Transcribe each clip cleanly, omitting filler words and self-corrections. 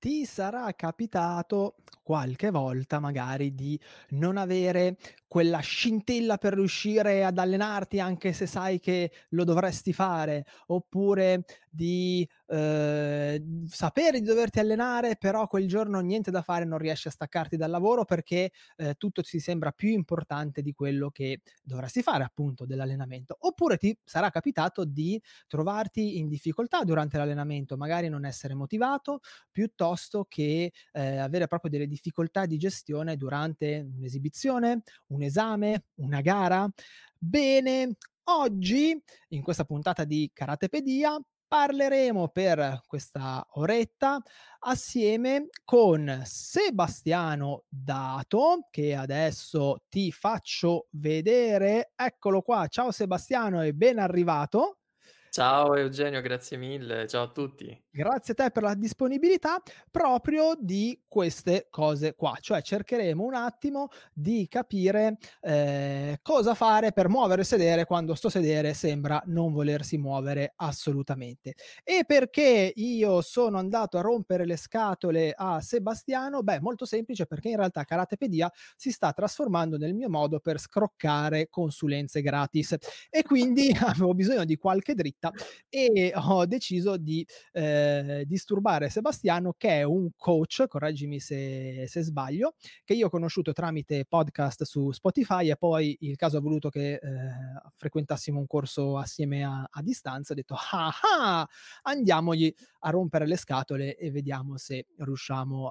ti sarà capitato qualche volta magari di non avere quella scintilla per riuscire ad allenarti anche se sai che lo dovresti fare, oppure di, sapere di doverti allenare, però quel giorno niente da fare, non riesci a staccarti dal lavoro perché, tutto ti sembra più importante di quello che dovresti fare, appunto, dell'allenamento. Oppure ti sarà capitato di trovarti in difficoltà durante l'allenamento, magari non essere motivato, piuttosto che, avere proprio delle difficoltà di gestione durante un'esibizione, un esame, una gara. Bene, oggi in questa puntata di Karatepedia parleremo per questa oretta assieme con Sebastiano Dato, che adesso ti faccio vedere. Eccolo qua. Ciao Sebastiano e ben arrivato. Ciao Eugenio, grazie mille, ciao a tutti. Grazie a te per la disponibilità proprio di queste cose qua, cioè cercheremo un attimo di capire, cosa fare per muovere il sedere quando sto sedere sembra non volersi muovere assolutamente. E perché io sono andato a rompere le scatole a Sebastiano? Beh, molto semplice, perché in realtà Karatepedia si sta trasformando nel mio modo per scroccare consulenze gratis e quindi avevo bisogno di qualche dritta e ho deciso di disturbare Sebastiano, che è un coach, correggimi se sbaglio, che io ho conosciuto tramite podcast su Spotify e poi il caso ha voluto che frequentassimo un corso assieme a distanza. Ho detto: "Ah ah, andiamogli a rompere le scatole e vediamo se riusciamo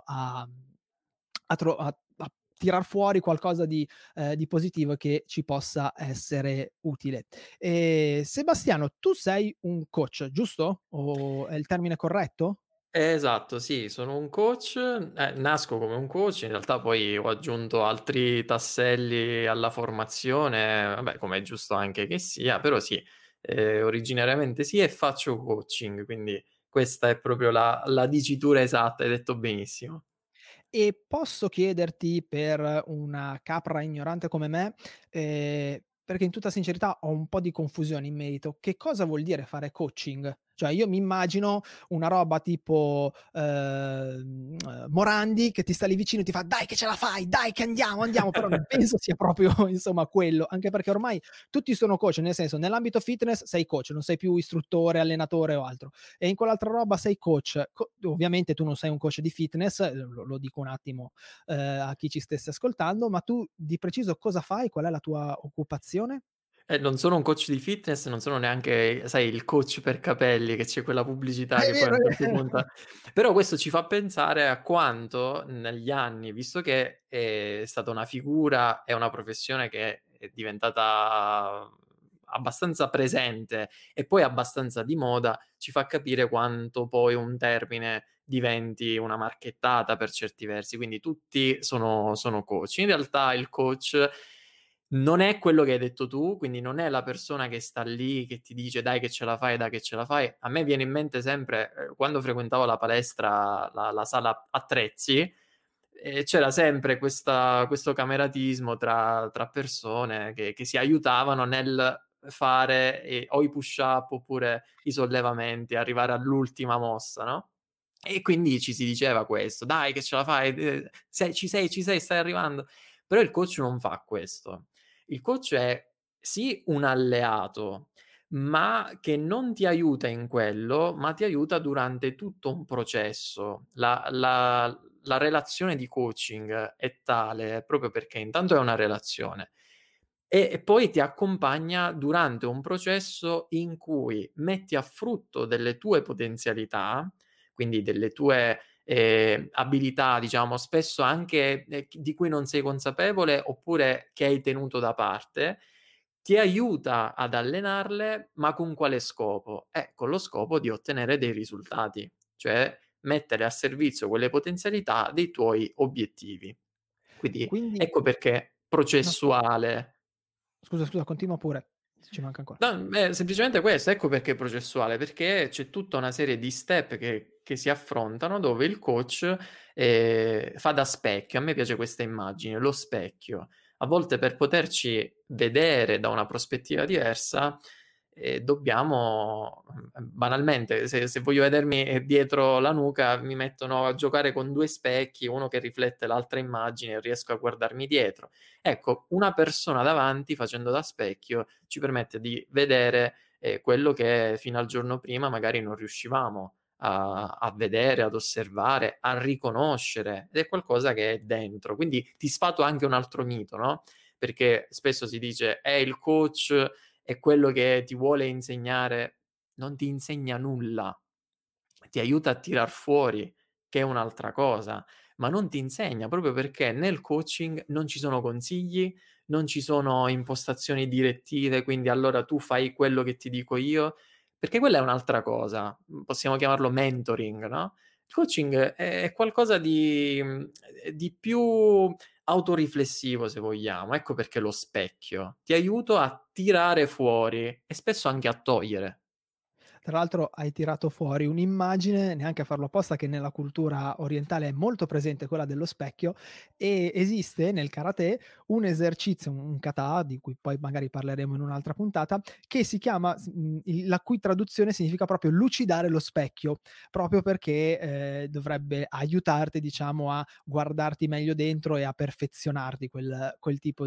a tirar fuori qualcosa di positivo che ci possa essere utile." Sebastiano, tu sei un coach, giusto? O è il termine corretto? Esatto, sì, sono un coach, nasco come un coach, in realtà poi ho aggiunto altri tasselli alla formazione, vabbè, come è giusto anche che sia, però sì, originariamente sì, e faccio coaching, quindi questa è proprio la dicitura esatta, hai detto benissimo. E posso chiederti, per una capra ignorante come me, perché in tutta sincerità ho un po' di confusione in merito, che cosa vuol dire fare coaching? Cioè io mi immagino una roba tipo, Morandi che ti sta lì vicino e ti fa: "Dai che ce la fai, dai che andiamo, andiamo", però non penso sia proprio insomma quello, anche perché ormai tutti sono coach, nel senso, nell'ambito fitness sei coach, non sei più istruttore, allenatore o altro, e in quell'altra roba sei coach. Ovviamente tu non sei un coach di fitness, lo dico un attimo a chi ci stesse ascoltando, ma tu di preciso cosa fai? Qual è la tua occupazione? Non sono un coach di fitness, non sono neanche, sai, il coach per capelli, che c'è quella pubblicità È che poi a vero, un è certo vero. punto però questo ci fa pensare a quanto negli anni, visto che è stata una figura e una professione che è diventata abbastanza presente e poi abbastanza di moda, ci fa capire quanto poi un termine diventi una marchettata per certi versi, quindi tutti sono coach. In realtà il coach non è quello che hai detto tu, quindi non è la persona che sta lì, che ti dice: "Dai che ce la fai, dai che ce la fai". A me viene in mente sempre, quando frequentavo la palestra, la sala attrezzi, c'era sempre questo cameratismo tra persone che si aiutavano nel fare, o i push up oppure i sollevamenti, arrivare all'ultima mossa, no, e quindi ci si diceva questo: "Dai che ce la fai, ci sei, stai arrivando". Però il coach non fa questo. Il coach è sì un alleato, ma che non ti aiuta in quello, ma ti aiuta durante tutto un processo. La relazione di coaching è tale proprio perché intanto è una relazione e poi ti accompagna durante un processo in cui metti a frutto delle tue potenzialità, quindi delle tue, abilità, diciamo, spesso anche, di cui non sei consapevole oppure che hai tenuto da parte, ti aiuta ad allenarle, ma con quale scopo? Con lo scopo di ottenere dei risultati, cioè mettere a servizio quelle potenzialità dei tuoi obiettivi. Quindi Quindi ecco perché no, scusa, processuale. scusa, continua pure, ci manca ancora. No, semplicemente questo, ecco perché è processuale, perché c'è tutta una serie di step che si affrontano dove il coach, fa da specchio. A me piace questa immagine, lo specchio. A volte per poterci vedere da una prospettiva diversa, dobbiamo banalmente se voglio vedermi, dietro la nuca, mi mettono a giocare con 2 specchi, uno che riflette l'altra immagine e riesco a guardarmi dietro. Ecco, una persona davanti facendo da specchio ci permette di vedere, quello che fino al giorno prima magari non riuscivamo a vedere, ad osservare, a riconoscere, ed è qualcosa che è dentro. Quindi ti sfato anche un altro mito, no, perché spesso si dice: il coach è quello che ti vuole insegnare", non ti insegna nulla. Ti aiuta a tirar fuori, che è un'altra cosa, ma non ti insegna, proprio perché nel coaching non ci sono consigli, non ci sono impostazioni direttive, quindi allora tu fai quello che ti dico io, perché quella è un'altra cosa, possiamo chiamarlo mentoring, no, il coaching è qualcosa di più autoriflessivo se vogliamo, ecco perché lo specchio. Ti aiuto a tirare fuori e spesso anche a togliere. Tra l'altro hai tirato fuori un'immagine, neanche a farlo apposta, che nella cultura orientale è molto presente, quella dello specchio, e esiste nel karate un esercizio, un kata, di cui poi magari parleremo in un'altra puntata, che si chiama la cui traduzione significa proprio lucidare lo specchio, proprio perché, dovrebbe aiutarti, diciamo, a guardarti meglio dentro e a perfezionarti quel tipo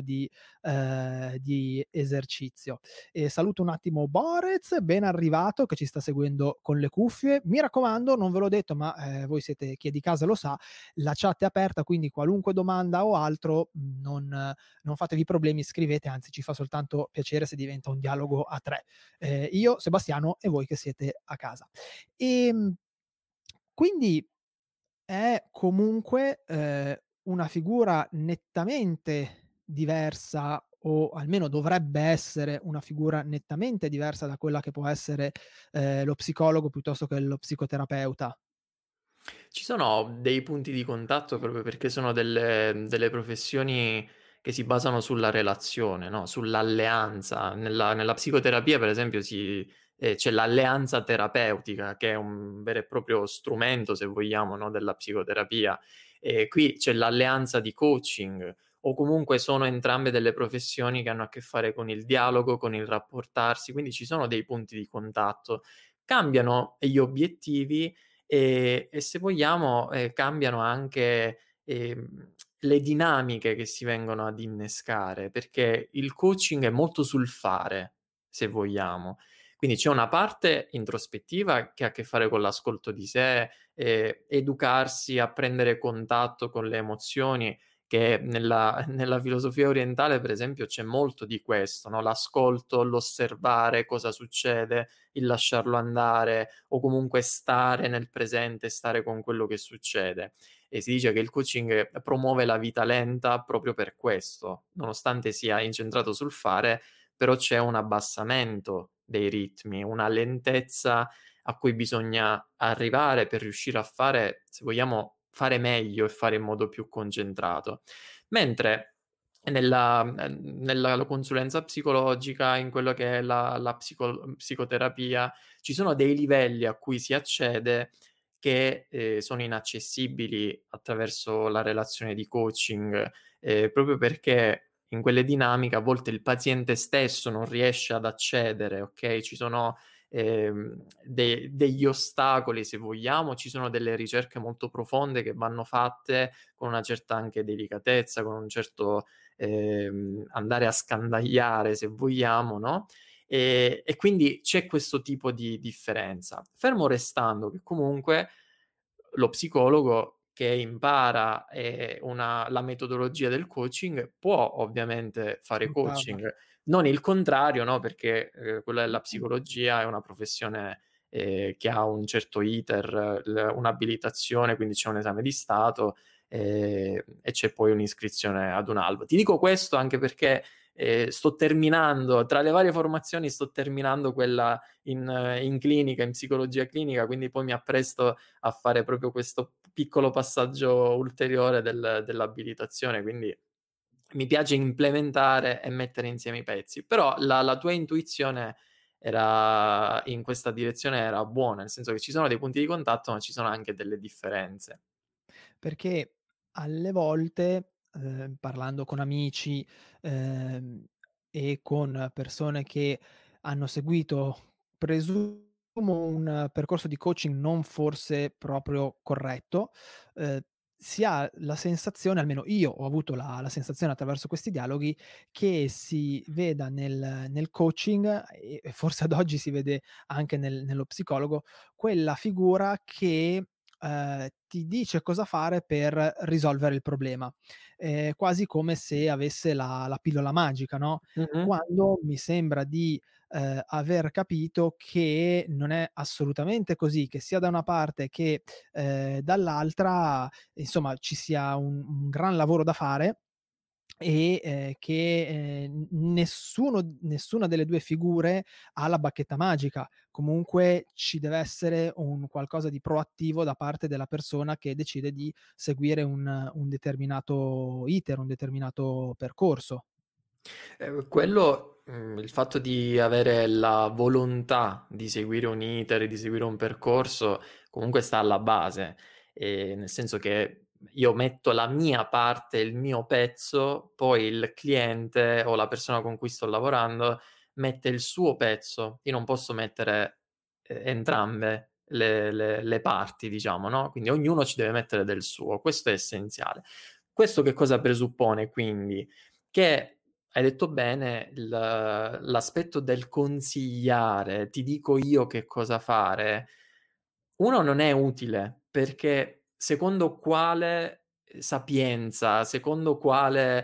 di esercizio. E saluto un attimo Borez, ben arrivato, che ci sta seguendo con le cuffie. Mi raccomando, non ve l'ho detto, ma voi siete chi è di casa lo sa, la chat è aperta, quindi qualunque domanda o altro non fatevi problemi, scrivete, anzi ci fa soltanto piacere se diventa un dialogo a 3. Io, Sebastiano e voi che siete a casa. Ehm, quindi è comunque, una figura nettamente diversa, o almeno dovrebbe essere una figura nettamente diversa da quella che può essere, lo psicologo piuttosto che lo psicoterapeuta. Ci sono dei punti di contatto proprio perché sono delle professioni che si basano sulla relazione, no, sull'alleanza. Nella psicoterapia per esempio c'è l'alleanza terapeutica che è un vero e proprio strumento, se vogliamo, no, della psicoterapia. Qui c'è l'alleanza di coaching o comunque sono entrambe delle professioni che hanno a che fare con il dialogo, con il rapportarsi, quindi ci sono dei punti di contatto. Cambiano gli obiettivi. E se vogliamo, cambiano anche, le dinamiche che si vengono ad innescare, perché il coaching è molto sul fare, se vogliamo. Quindi c'è una parte introspettiva che ha a che fare con l'ascolto di sé, educarsi a prendere contatto con le emozioni, che nella filosofia orientale, per esempio, c'è molto di questo, no, l'ascolto, l'osservare cosa succede, il lasciarlo andare o comunque stare nel presente, stare con quello che succede. E si dice che il coaching promuove la vita lenta proprio per questo, nonostante sia incentrato sul fare, però c'è un abbassamento dei ritmi, una lentezza a cui bisogna arrivare per riuscire a fare, se vogliamo, fare meglio e fare in modo più concentrato. Mentre nella consulenza psicologica, in quello che è la psicoterapia, ci sono dei livelli a cui si accede che, sono inaccessibili attraverso la relazione di coaching, proprio perché in quelle dinamiche a volte il paziente stesso non riesce ad accedere, okay, ci sono, degli ostacoli se vogliamo, ci sono delle ricerche molto profonde che vanno fatte con una certa anche delicatezza, con un certo, andare a scandagliare se vogliamo, no, e quindi c'è questo tipo di differenza. Fermo restando che comunque lo psicologo che impara, la metodologia del coaching può ovviamente fare Sfruttarla. coaching, non il contrario, no, perché, quella della psicologia è una professione, che ha un certo iter, un'abilitazione, quindi c'è un esame di stato, e c'è poi un'iscrizione ad un albo. Ti dico questo anche perché, sto terminando tra le varie formazioni sto terminando quella in clinica, in psicologia clinica, quindi poi mi appresto a fare proprio questo piccolo passaggio ulteriore dell'abilitazione, quindi mi piace implementare e mettere insieme i pezzi. Però la tua intuizione era in questa direzione era buona, nel senso che ci sono dei punti di contatto, ma ci sono anche delle differenze. Perché alle volte, parlando con amici, ehm, e con persone che hanno seguito, presumo, un percorso di coaching non forse proprio corretto, ehm, si ha la sensazione, almeno io ho avuto la sensazione attraverso questi dialoghi, che si veda nel coaching, e forse ad oggi si vede anche nello psicologo, quella figura che, ti dice cosa fare per risolvere il problema, quasi come se avesse la pillola magica, no, Mh-mh. quando mi sembra di, aver capito che non è assolutamente così, che sia da una parte che, dall'altra, insomma, ci sia un gran lavoro da fare, e, che, nessuna delle 2 figure ha la bacchetta magica. Comunque ci deve essere un qualcosa di proattivo da parte della persona che decide di seguire un determinato iter, un determinato percorso. Quello il fatto di avere la volontà di seguire un iter, di seguire un percorso, comunque sta alla base. Nel senso che io metto la mia parte, il mio pezzo, poi il cliente o la persona con cui sto lavorando mette il suo pezzo. Io non posso mettere, entrambe le parti, diciamo, no, quindi ognuno ci deve mettere del suo. Questo è essenziale. Questo che cosa presuppone quindi? Che hai detto bene, l'aspetto del consigliare, ti dico io che cosa fare, 1 non è utile, perché secondo quale, sapienza, secondo quale,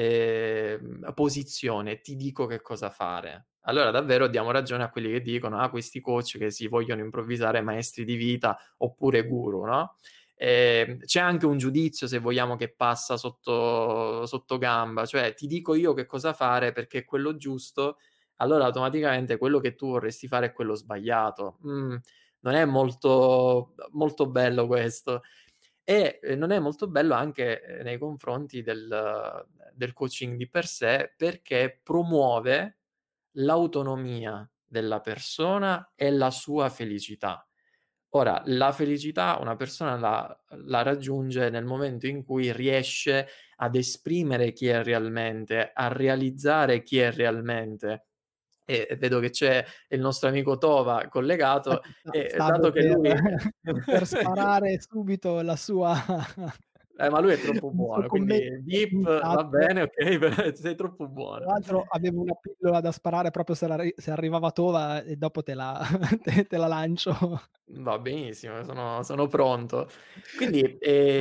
posizione ti dico che cosa fare? Allora davvero diamo ragione a quelli che dicono: "Ah, questi coach che si vogliono improvvisare maestri di vita oppure guru", no, c'è anche un giudizio, se vogliamo, che passa sottogamba, cioè ti dico io che cosa fare perché è quello giusto, allora automaticamente quello che tu vorresti fare è quello sbagliato. Non è molto bello questo. E, non è molto bello anche, nei confronti del coaching di per sé, perché promuove l'autonomia della persona e la sua felicità. Ora, la felicità una persona la raggiunge nel momento in cui riesce ad esprimere chi è realmente, a realizzare chi è realmente. E vedo che c'è il nostro amico Tova collegato Infatti e stavo dato che lui per sparare subito la sua ma lui è troppo il suo buono, commento quindi Deep in va chat. bene, okay, però sei troppo Tra buono. l'altro avevo una pillola da sparare proprio se arrivava Tova, e dopo te la te la lancio. Va benissimo, sono pronto. Quindi,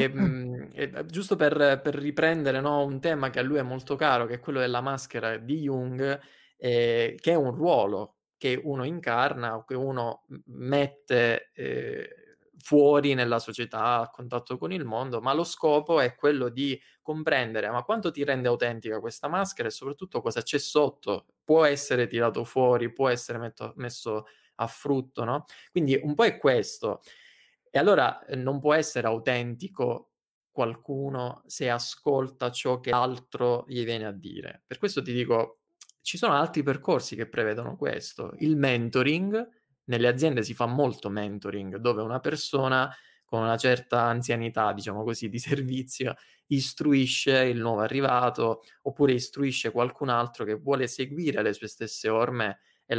giusto per riprendere, no, un tema che a lui è molto caro, che è quello della maschera di Jung, che è un ruolo che uno incarna o che uno mette, fuori nella società, a contatto con il mondo, ma lo scopo è quello di comprendere: ma quanto ti rende autentica questa maschera e soprattutto cosa c'è sotto. Può essere tirato fuori, può essere messo a frutto, no? Quindi un po' è questo. E allora, non può essere autentico qualcuno se ascolta ciò che l'altro gli viene a dire. Per questo ti dico, ci sono altri percorsi che prevedono questo. Il mentoring, nelle aziende si fa molto mentoring, dove una persona con una certa anzianità, diciamo così, di servizio, istruisce il nuovo arrivato, oppure istruisce qualcun altro che vuole seguire le sue stesse orme e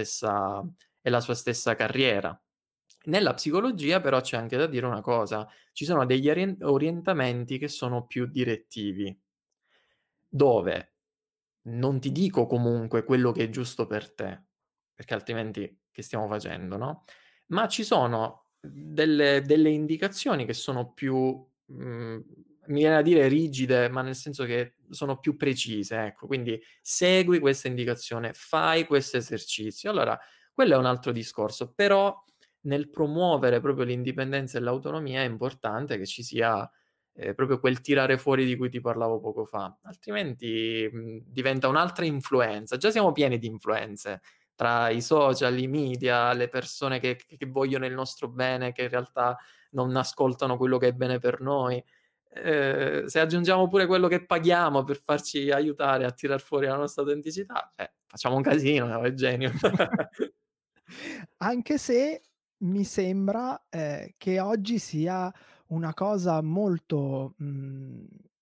la sua stessa carriera. Nella psicologia però c'è anche da dire una cosa: ci sono degli orientamenti che sono più direttivi, dove non ti dico comunque quello che è giusto per te, perché altrimenti che stiamo facendo, no, ma ci sono delle indicazioni che sono più, mi viene da dire rigide, ma nel senso che sono più precise, ecco. Quindi segui questa indicazione, fai questo esercizio. Allora, quello è un altro discorso, però nel promuovere proprio l'indipendenza e l'autonomia è importante che ci sia, proprio quel tirare fuori di cui ti parlavo poco fa, altrimenti, diventa un'altra influenza. Già siamo pieni di influenze tra i social, i media, le persone che vogliono il nostro bene, che in realtà non ascoltano quello che è bene per noi. Se aggiungiamo pure quello che paghiamo per farci aiutare a tirar fuori la nostra autenticità, facciamo un casino, è genio. Anche se mi sembra, che oggi sia una cosa molto,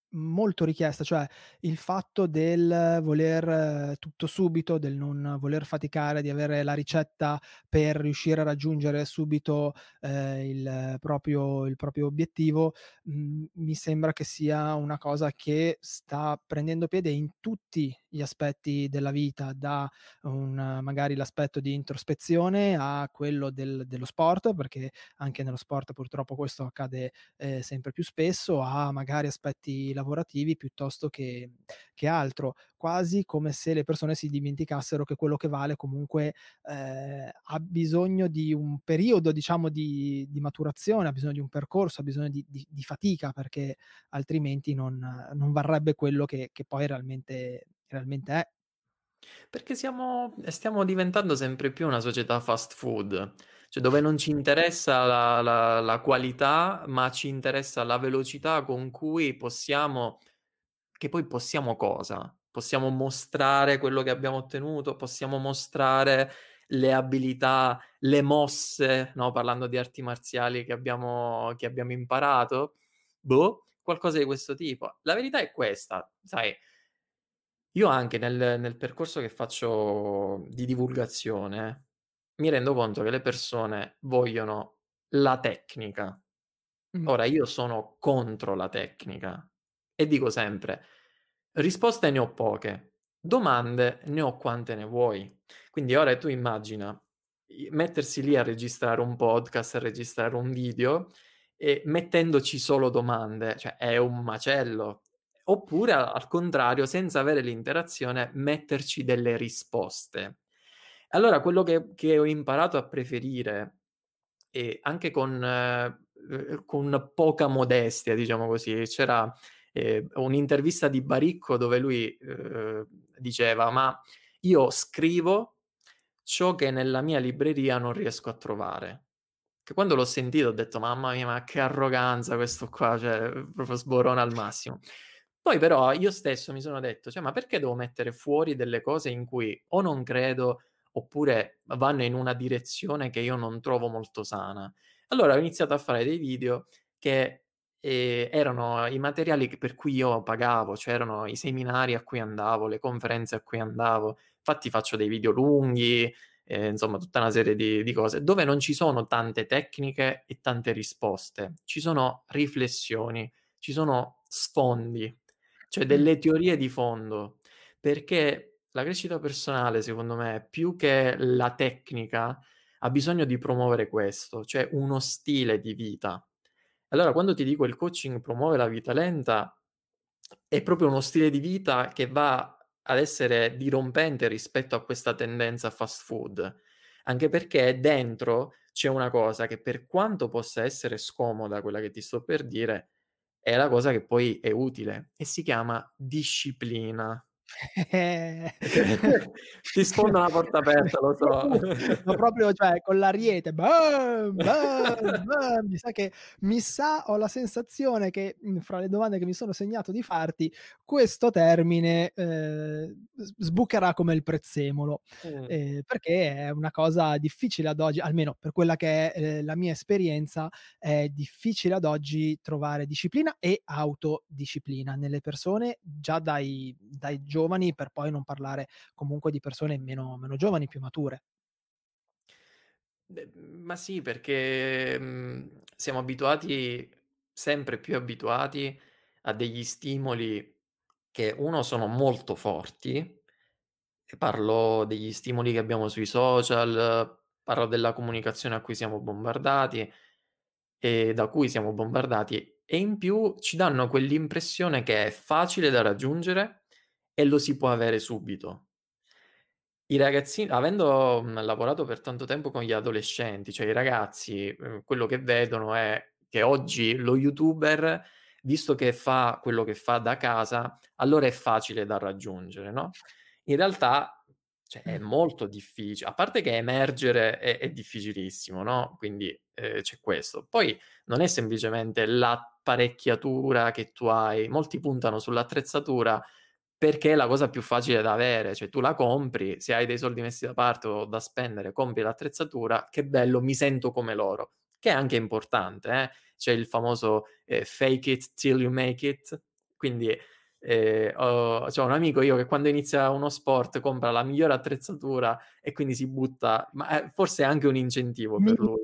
molto richiesta, cioè il fatto del voler tutto subito, del non voler faticare, di avere la ricetta per riuscire a raggiungere subito, il proprio obiettivo, mi sembra che sia una cosa che sta prendendo piede in tutti gli aspetti della vita, da magari l'aspetto di introspezione a quello dello sport, perché anche nello sport purtroppo questo accade sempre più spesso, a magari aspetti lavorativi piuttosto che altro, quasi come se le persone si dimenticassero che quello che vale comunque, ha bisogno di un periodo, diciamo, di maturazione, ha bisogno di un percorso, ha bisogno di fatica, perché altrimenti non varrebbe quello che poi realmente è. Perché stiamo diventando sempre più una società fast food, cioè dove non ci interessa la qualità, ma ci interessa la velocità con cui possiamo, che poi possiamo cosa? Possiamo mostrare quello che abbiamo ottenuto, possiamo mostrare le abilità, le mosse, no? Parlando di arti marziali che abbiamo imparato. Boh, qualcosa di questo tipo. La verità è questa, sai, io anche nel percorso che faccio di divulgazione, mi rendo conto che le persone vogliono la tecnica. Mh. Ora io sono contro la tecnica e dico sempre: risposte ne ho poche, domande ne ho quante ne vuoi. Quindi ora tu immagina mettersi lì a registrare un podcast, a registrare un video e mettendoci solo domande, cioè è un macello. Oppure al contrario, senza avere l'interazione, metterci delle risposte. Allora quello che ho imparato a preferire, e anche con poca modestia, diciamo così, c'era un'intervista di Baricco dove lui diceva: "Ma io scrivo ciò che nella mia libreria non riesco a trovare". Che quando l'ho sentito ho detto: "Mamma mia, ma che arroganza questo qua, cioè proprio sborona al massimo". Poi però io stesso mi sono detto: "Cioè, ma perché devo mettere fuori delle cose in cui o non credo, oppure vanno in una direzione che io non trovo molto sana?". Allora ho iniziato a fare dei video che, erano i materiali per cui io pagavo, cioè erano i seminari a cui andavo, le conferenze a cui andavo. Infatti faccio dei video lunghi, insomma tutta una serie di cose, dove non ci sono tante tecniche e tante risposte, ci sono riflessioni, ci sono sfondi, cioè Mh. delle teorie di fondo, perché la crescita personale, secondo me, più che la tecnica, ha bisogno di promuovere questo, cioè uno stile di vita. Allora, quando ti dico il coaching promuove la vita lenta, è proprio uno stile di vita che va ad essere dirompente rispetto a questa tendenza fast food, anche perché dentro c'è una cosa che, per quanto possa essere scomoda quella che ti sto per dire, è la cosa che poi è utile e si chiama disciplina. Ti sfondo una porta aperta, lo so. Ma proprio, cioè, con l'ariete, bam, bam, bam, mi sa, ho la sensazione che, fra le domande che mi sono segnato di farti, questo termine, sbucherà come il prezzemolo, Mh. perché è una cosa difficile ad oggi, almeno per quella che è, la mia esperienza, è difficile ad oggi trovare disciplina e autodisciplina nelle persone, già dai giovani, per poi non parlare comunque di persone meno giovani, più mature. Ma sì, perché, siamo abituati, sempre più abituati, a degli stimoli che, 1, sono molto forti, e parlo degli stimoli che abbiamo sui social, parlo della comunicazione a cui siamo bombardati e da cui siamo bombardati, e in più ci danno quell'impressione che è facile da raggiungere e lo si può avere subito. I ragazzini, avendo, lavorato per tanto tempo con gli adolescenti, cioè i ragazzi, quello che vedono è che oggi lo youtuber, visto che fa quello che fa da casa, allora è facile da raggiungere, no, in realtà, cioè è molto a parte che emergere è difficilissimo, no, quindi, c'è questo. Poi non è semplicemente l'apparecchiatura che tu hai, molti puntano sull'attrezzatura perché è la cosa più facile da avere, cioè tu la compri, se hai dei soldi messi da parte o da spendere, compri l'attrezzatura, che bello, mi sento come loro, che è anche importante, eh. C'è il famoso, fake it till you make it, Quindi, c'ho un amico io che quando inizia uno sport compra la migliore attrezzatura e quindi si butta, ma, forse è anche un incentivo per lui.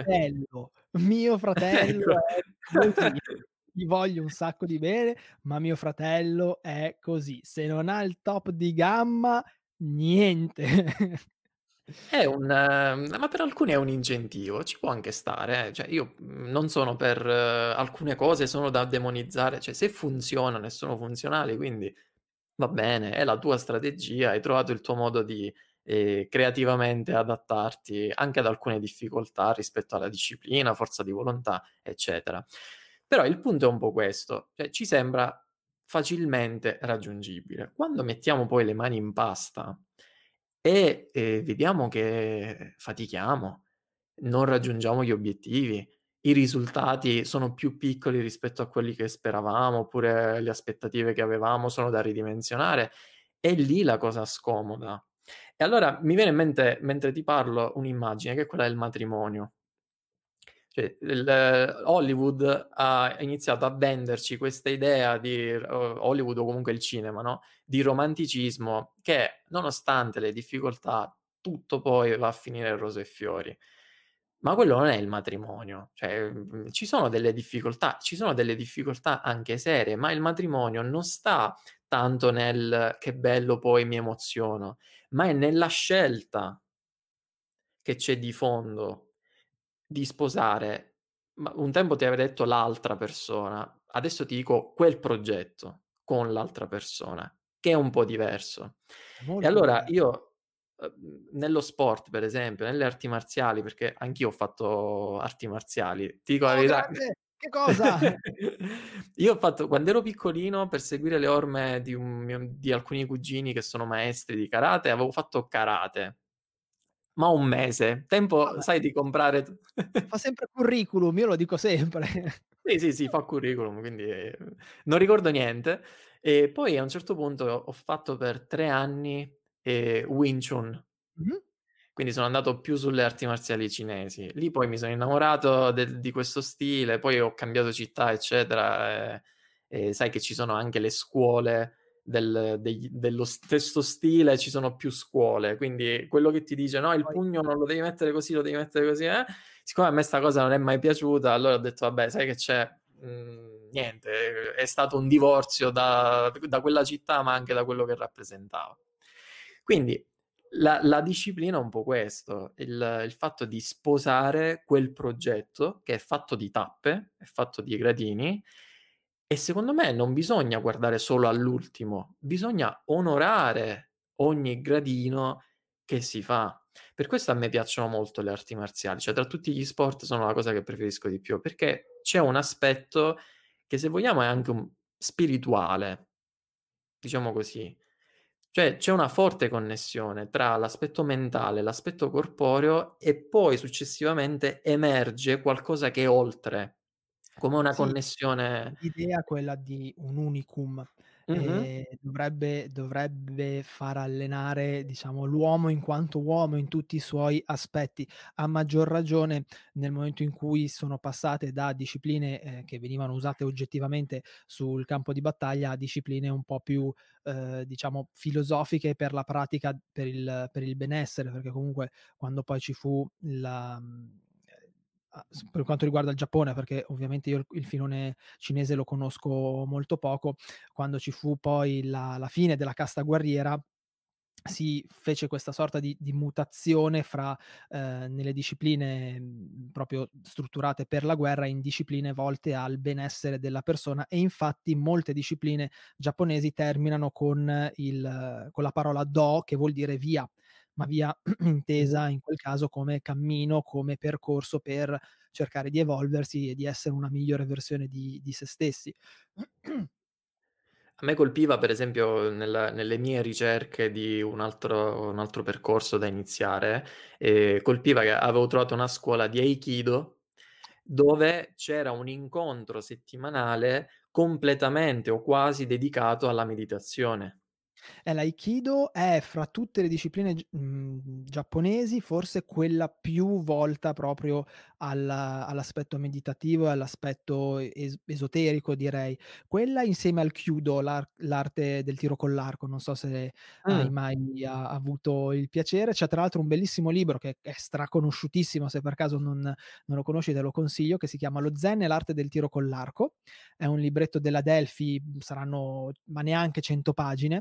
Mio fratello Ecco. è così. Gli voglio un sacco di bene, ma mio fratello è così. Se non ha il top di gamma, niente. È un ma per alcuni è un incentivo, ci può anche stare, cioè io, non sono per alcune cose sono da demonizzare, cioè se funzionano e sono funzionali, quindi va bene, è la tua strategia, hai trovato il tuo modo di, creativamente adattarti anche ad alcune difficoltà rispetto alla disciplina, forza di volontà, eccetera. Però il punto è un po' questo, cioè ci sembra facilmente raggiungibile. Quando mettiamo poi le mani in pasta e, vediamo che fatichiamo, non raggiungiamo gli obiettivi, i risultati sono più piccoli rispetto a quelli che speravamo, oppure le aspettative che avevamo sono da ridimensionare, è lì la cosa scomoda. E allora mi viene in mente, mentre ti parlo, un'immagine che è quella del matrimonio. Cioè, Hollywood ha iniziato a venderci questa idea di Hollywood o comunque il cinema, no, di romanticismo che, nonostante le difficoltà, tutto poi va a finire in rose e fiori. Ma quello non è il matrimonio, cioè, ci sono delle difficoltà anche serie, ma il matrimonio non sta tanto nel: "Che bello poi mi emoziono", ma è nella scelta che c'è di fondo di sposare, ma un tempo ti avrei detto l'altra persona, adesso ti dico quel progetto con l'altra persona, che è un po' diverso. È E molto allora diver io, nello sport per esempio, nelle arti marziali, perché anch'io ho fatto arti marziali, ti dico la Oh verità. grande! Che cosa? Io ho fatto quando ero piccolino per seguire le orme di alcuni cugini che sono maestri di karate, avevo fatto karate. Ma 1 mese, tempo Vabbè, sai di comprare t fa sempre curriculum, io lo dico sempre. sì, sì, sì, fa curriculum, quindi, non ricordo niente. E poi a un certo punto ho fatto per 3 anni, Wing Chun, Mh-mh. quindi sono andato più sulle arti marziali cinesi. Lì poi mi sono innamorato di questo stile, poi ho cambiato città, eccetera, e sai che ci sono anche le scuole dello stesso stile, ci sono più scuole, quindi quello che ti dice: "No, il Poi pugno non lo devi mettere così, lo devi mettere così", siccome a me 'sta cosa non è mai piaciuta, allora ho detto: "Vabbè, sai che c'è, niente, è stato un divorzio da quella città, ma anche da quello che rappresentava". Quindi la disciplina è un po' questo, il fatto di sposare quel progetto che è fatto di tappe, è fatto di gradini e secondo me non bisogna guardare solo all'ultimo, bisogna onorare ogni gradino che si fa. Per questo a me piacciono molto le arti marziali, cioè tra tutti gli sport sono la cosa che preferisco di più, perché c'è un aspetto che se vogliamo è anche un spirituale, diciamo così. Cioè c'è una forte connessione tra l'aspetto mentale, l'aspetto corporeo e poi successivamente emerge qualcosa che è oltre, come una sì. connessione. L'idea è quella di un unicum, Mh-mh. dovrebbe far allenare, diciamo, l'uomo in quanto uomo in tutti i suoi aspetti. A maggior ragione nel momento in cui sono passate da discipline, che venivano usate oggettivamente sul campo di battaglia a discipline un po' più, diciamo filosofiche per la pratica, per il benessere, perché comunque quando poi ci fu per quanto riguarda il Giappone, perché ovviamente io il filone cinese lo conosco molto poco, quando ci fu poi la fine della casta guerriera, si fece questa sorta di mutazione fra, nelle discipline, proprio strutturate per la guerra, in discipline volte al benessere della persona e infatti molte discipline giapponesi terminano con la parola "do", che vuol dire via, ma via Mh-mh. intesa in quel caso come cammino, come percorso per cercare di evolversi e di essere una migliore versione di se stessi. A me colpiva per esempio nelle mie ricerche di un altro percorso da iniziare, colpiva che avevo trovato una scuola di Aikido, dove c'era un incontro settimanale completamente o quasi dedicato alla meditazione. L'aikido è fra tutte le discipline giapponesi forse quella più volta proprio all'aspetto meditativo e all'aspetto esoterico direi. Quella insieme al Kyudo, l'arte del tiro con l'arco, non so se hai Mh, mai avuto il piacere. C'è tra l'altro un bellissimo libro che è straconosciutissimo, se per caso non lo conosci te lo consiglio, che si chiama Lo Zen e l'arte del tiro con l'arco. È un libretto della Delphi, saranno ma neanche 100 pagine,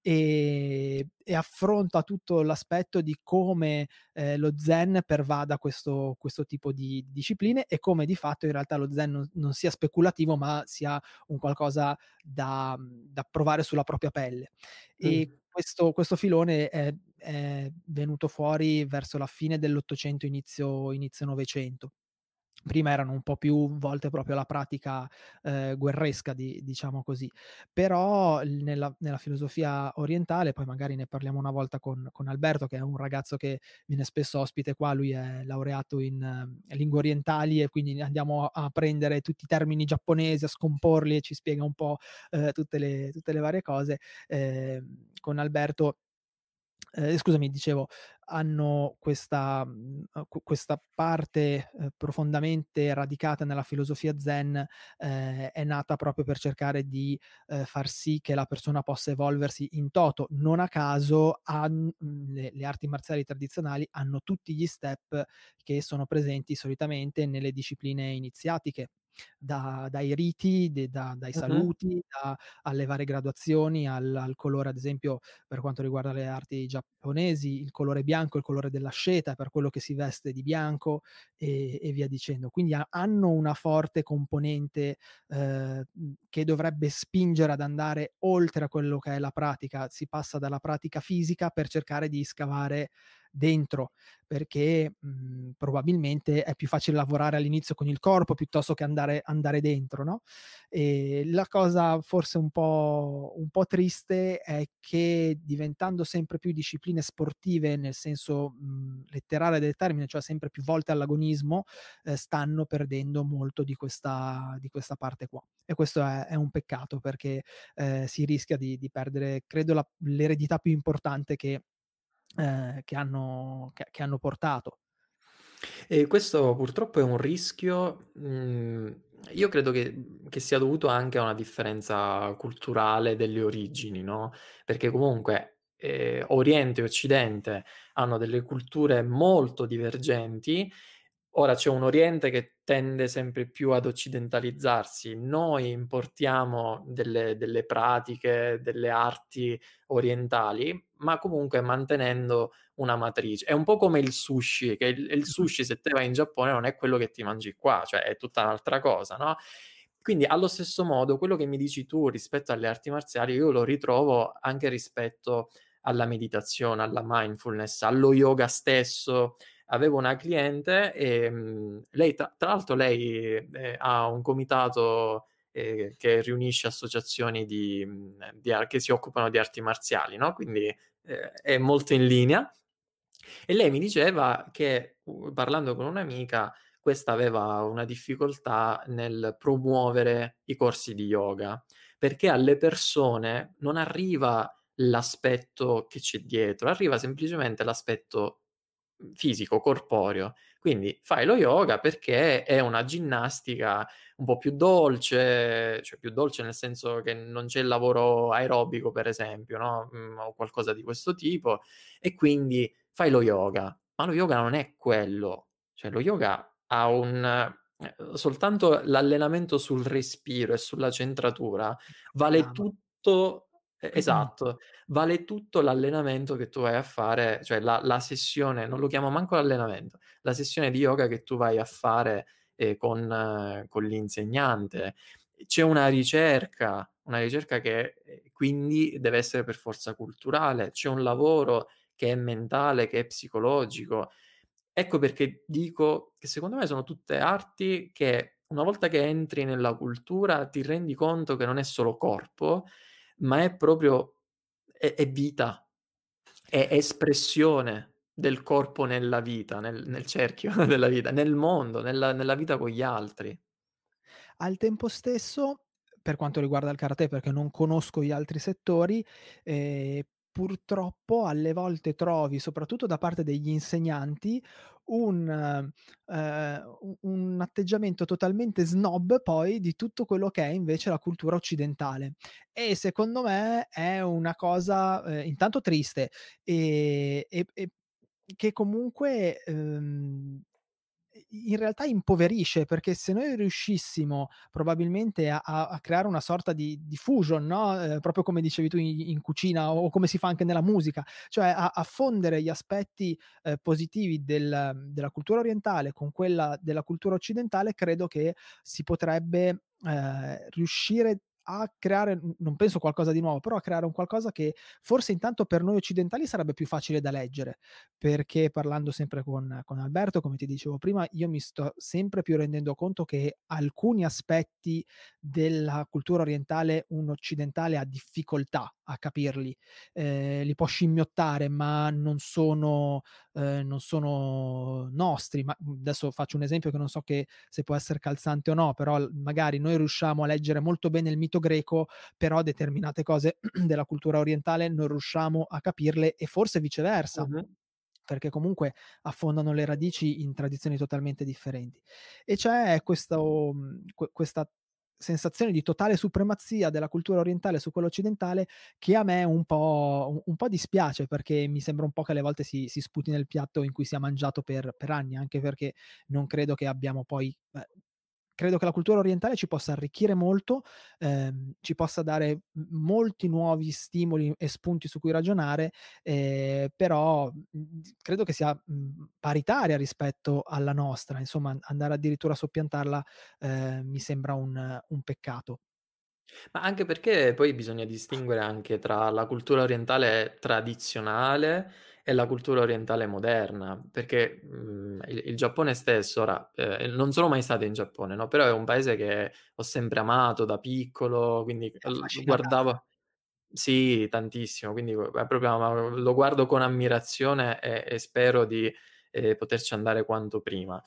e affronta tutto l'aspetto di come, lo zen pervada questo tipo di discipline e come di fatto in realtà lo zen non sia speculativo, ma sia un qualcosa da provare sulla propria pelle. mh. E questo filone è venuto fuori verso la fine dell'800, inizio '900. Prima erano un po' più volte proprio alla pratica, guerresca diciamo così. Però nella filosofia orientale, poi magari ne parliamo una volta con Alberto, che è un ragazzo che viene spesso ospite qua, lui è laureato in lingue orientali e quindi andiamo a prendere tutti i termini giapponesi, a scomporli e ci spiega un po', tutte le varie cose. Con Alberto scusami, dicevo, hanno questa parte, profondamente radicata nella filosofia zen, è nata proprio per cercare di, far sì che la persona possa evolversi in toto. Non a caso le arti marziali tradizionali hanno tutti gli step che sono presenti solitamente nelle discipline iniziatiche, dai riti, dai Mh-mh. saluti, alle varie graduazioni, al colore ad esempio per quanto riguarda le arti giapponesi, il colore bianco è il colore dell'asceta, è per quello che si veste di bianco e via dicendo. Quindi hanno una forte componente, che dovrebbe spingere ad andare oltre a quello che è la pratica. Si passa dalla pratica fisica per cercare di scavare dentro, perché, probabilmente è più facile lavorare all'inizio con il corpo piuttosto che andare dentro, no? La cosa forse un po' triste è che diventando sempre più discipline sportive, nel senso, letterale del termine, cioè sempre più volte all'agonismo, stanno perdendo molto di questa parte qua. E questo è un peccato perché, si rischia di perdere credo l'eredità più importante che hanno portato. E questo purtroppo è un rischio, io credo che sia dovuto anche a una differenza culturale delle origini, no, perché comunque, Oriente e Occidente hanno delle culture molto divergenti. Ora c'è un Oriente che tende sempre più ad occidentalizzarsi. Noi importiamo delle pratiche, delle arti orientali, ma comunque mantenendo una matrice. È un po' come il sushi, che il sushi se te vai in Giappone non è quello che ti mangi qua, cioè è tutta un'altra cosa, no, quindi allo stesso modo quello che mi dici tu rispetto alle arti marziali, io lo ritrovo anche rispetto alla meditazione, alla mindfulness, allo yoga stesso. Avevo una cliente, lei tra l'altro lei, ha un comitato, che riunisce associazioni di ar che si occupano di arti marziali, no, quindi, è molto in linea. E lei mi diceva che, parlando con un'amica, questa aveva una difficoltà nel promuovere i corsi di yoga, perché alle persone non arriva l'aspetto che c'è dietro, arriva semplicemente l'aspetto, fisico, corporeo. Quindi fai lo yoga perché è una ginnastica un po' più dolce, cioè più dolce nel senso che non c'è il lavoro aerobico per esempio, no, o qualcosa di questo tipo, e quindi fai lo yoga. Ma lo yoga non è quello. Cioè lo yoga ha soltanto l'allenamento sul respiro e sulla centratura vale Pranayama. tutto esatto, vale tutto l'allenamento che tu vai a fare, cioè la sessione, non lo chiamo manco allenamento, la sessione di yoga che tu vai a fare, con l'insegnante. C'è una ricerca che, quindi deve essere per forza culturale, c'è un lavoro che è mentale, che è psicologico. Ecco perché dico che secondo me sono tutte arti che una volta che entri nella cultura ti rendi conto che non è solo corpo, ma è proprio è vita, è espressione del corpo nella vita, nel cerchio della vita, nel mondo, nella vita con gli altri. Al tempo stesso, per quanto riguarda il karate, perché non conosco gli altri settori, purtroppo alle volte trovi, soprattutto da parte degli insegnanti, un atteggiamento totalmente snob poi di tutto quello che è invece la cultura occidentale. E secondo me è una cosa, intanto triste, e che comunque, i in realtà impoverisce, perché se noi riuscissimo probabilmente a creare una sorta di fusion, no, proprio come dicevi tu in cucina o come si fa anche nella musica, cioè a fondere gli aspetti, positivi della cultura orientale con quella della cultura occidentale, credo che si potrebbe, riuscire a creare, non penso qualcosa di nuovo, però a creare un qualcosa che forse intanto per noi occidentali sarebbe più facile da leggere, perché parlando sempre con Alberto, come ti dicevo prima, io mi sto sempre più rendendo conto che alcuni aspetti della cultura orientale un occidentale ha difficoltà a capirli. Li può scimmiottare, ma non sono nostri. Ma, adesso faccio un esempio che non so che se può essere calzante o no, però magari noi riusciamo a leggere molto bene il mito greco, però determinate cose della cultura orientale non riusciamo a capirle e forse viceversa, Mh-mh. perché comunque affondano le radici in tradizioni totalmente differenti. E c'è questa sensazione di totale supremazia della cultura orientale su quella occidentale che a me un po' dispiace, perché mi sembra un po' che alle volte si sputi nel piatto in cui si è mangiato per anni, anche perché non credo che abbiamo poi credo che la cultura orientale ci possa arricchire molto, ci possa dare molti nuovi stimoli e spunti su cui ragionare, però, credo che sia, paritaria rispetto alla nostra. Insomma, andare addirittura a soppiantarla, mi sembra un peccato. Ma anche perché poi bisogna distinguere anche tra la cultura orientale tradizionale e la cultura orientale moderna, perché, il Giappone stesso ora, non sono mai stato in Giappone, no, però è un paese che ho sempre amato da piccolo, quindi È l affascinante. guardavo sì, tantissimo, quindi è proprio ma lo guardo con ammirazione e spero di, poterci andare quanto prima.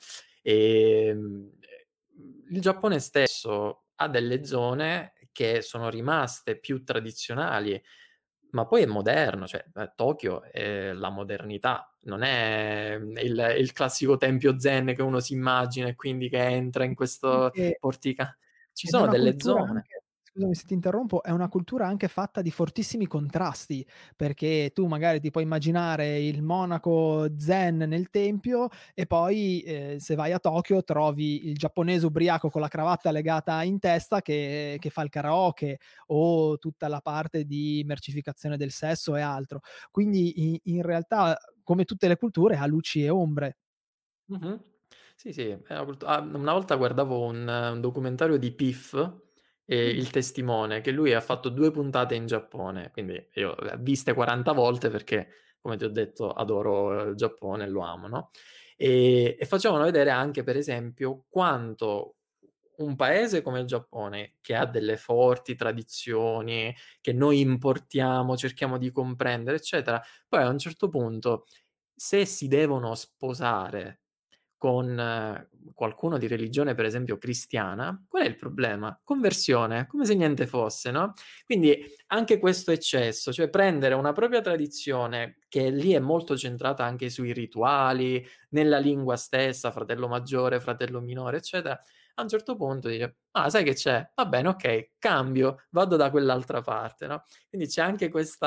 Il Giappone stesso ha delle zone che sono rimaste più tradizionali, ma poi è moderno, cioè, Tokyo è la modernità, non è, il classico tempio zen che uno si immagina e quindi che entra in questo Anche portica ci Ed è sono una delle cultura zone. anche, scusami se ti interrompo, è una cultura anche fatta di fortissimi contrasti, perché tu magari ti puoi immaginare il monaco zen nel tempio e poi, se vai a Tokyo trovi il giapponese ubriaco con la cravatta legata in testa che fa il karaoke, o tutta la parte di mercificazione del sesso e altro. Quindi in realtà, come tutte le culture, ha luci e ombre. Mh-mh. Sì, sì, è una volta guardavo un documentario di Piff, Mh, Il testimone, che lui ha fatto 2 puntate in Giappone, quindi io le ha viste 40 volte perché, come ti ho detto, adoro il Giappone e lo amo, no, e facevano vedere anche, per esempio, quanto un paese come il Giappone, che ha delle forti tradizioni, che noi importiamo, cerchiamo di comprendere, eccetera, poi a un certo punto, se si devono sposare con qualcuno di religione, per esempio cristiana, qual è il problema? Conversione, come se niente fosse, no, quindi anche questo eccesso, cioè prendere una propria tradizione che lì è molto centrata anche sui rituali, nella lingua stessa, fratello maggiore, fratello minore, eccetera, a un certo punto dice: "Ah, sai che c'è? Va bene, okay, cambio, vado da quell'altra parte", no, quindi c'è anche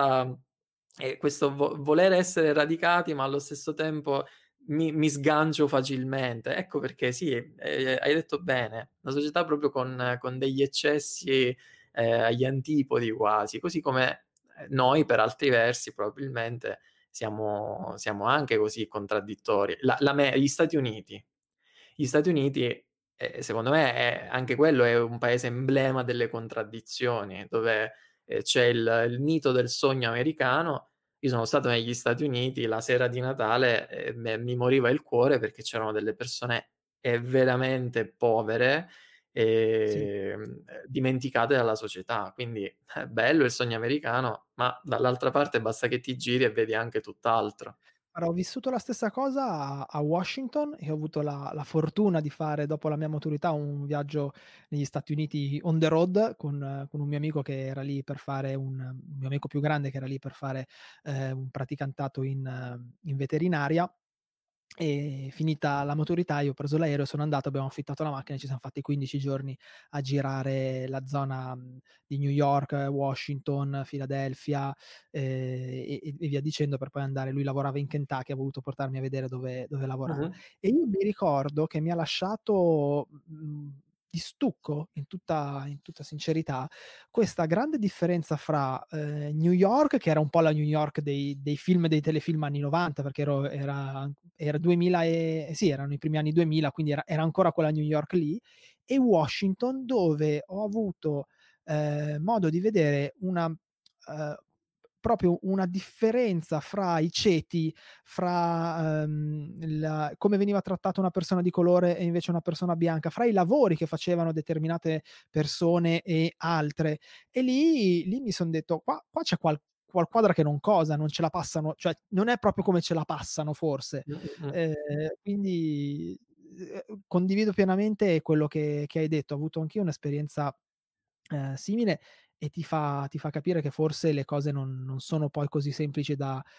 questo voler essere radicati, ma allo stesso tempo mi sgancio facilmente. Ecco perché sì, hai detto bene, una società proprio con degli eccessi, agli antipodi quasi, così come, noi per altri versi probabilmente siamo anche così contraddittori. Gli Stati Uniti. Gli Stati Uniti, secondo me è anche quello è un paese emblema delle contraddizioni, dove, c'è il mito del sogno americano. Io sono stato negli Stati Uniti la sera di Natale e mi moriva il cuore perché c'erano delle persone, veramente povere, sì. dimenticate dalla società. Quindi, bello il sogno americano, ma dall'altra parte basta che ti giri e vedi anche tutt'altro. Guarda, ho vissuto la stessa cosa a Washington e ho avuto la fortuna di fare, dopo la mia maturità, un viaggio negli Stati Uniti on the road con un mio amico che era lì per fare un mio amico più grande che era lì per fare, un praticantato in veterinaria. Finita la maturità io ho preso l'aereo, sono andato, abbiamo affittato la macchina e ci siam fatti 15 giorni a girare la zona, di New York, Washington, Philadelphia, e via dicendo per poi andare, lui lavorava in Kentucky, ha voluto portarmi a vedere dove lavorava. Mh-mh. E io mi ricordo che mi ha lasciato, di stucco, in tutta sincerità, questa grande differenza fra, New York, che era un po' la New York dei film e dei telefilm anni '90, perché era 2000 sì, erano i primi anni 2000, quindi era ancora quella New York lì, e Washington, dove ho avuto, modo di vedere proprio una differenza fra i ceti, fra, come veniva trattata una persona di colore e invece una persona bianca, fra i lavori che facevano determinate persone e altre. E lì mi son detto: "Qua c'è qualquadra che non cosa, non ce la passano, cioè non è proprio come ce la passano forse". Mh. Quindi, condivido pienamente quello che hai detto. Ho avuto anch'io un'esperienza, simile, e ti fa capire che forse le cose non sono poi così semplici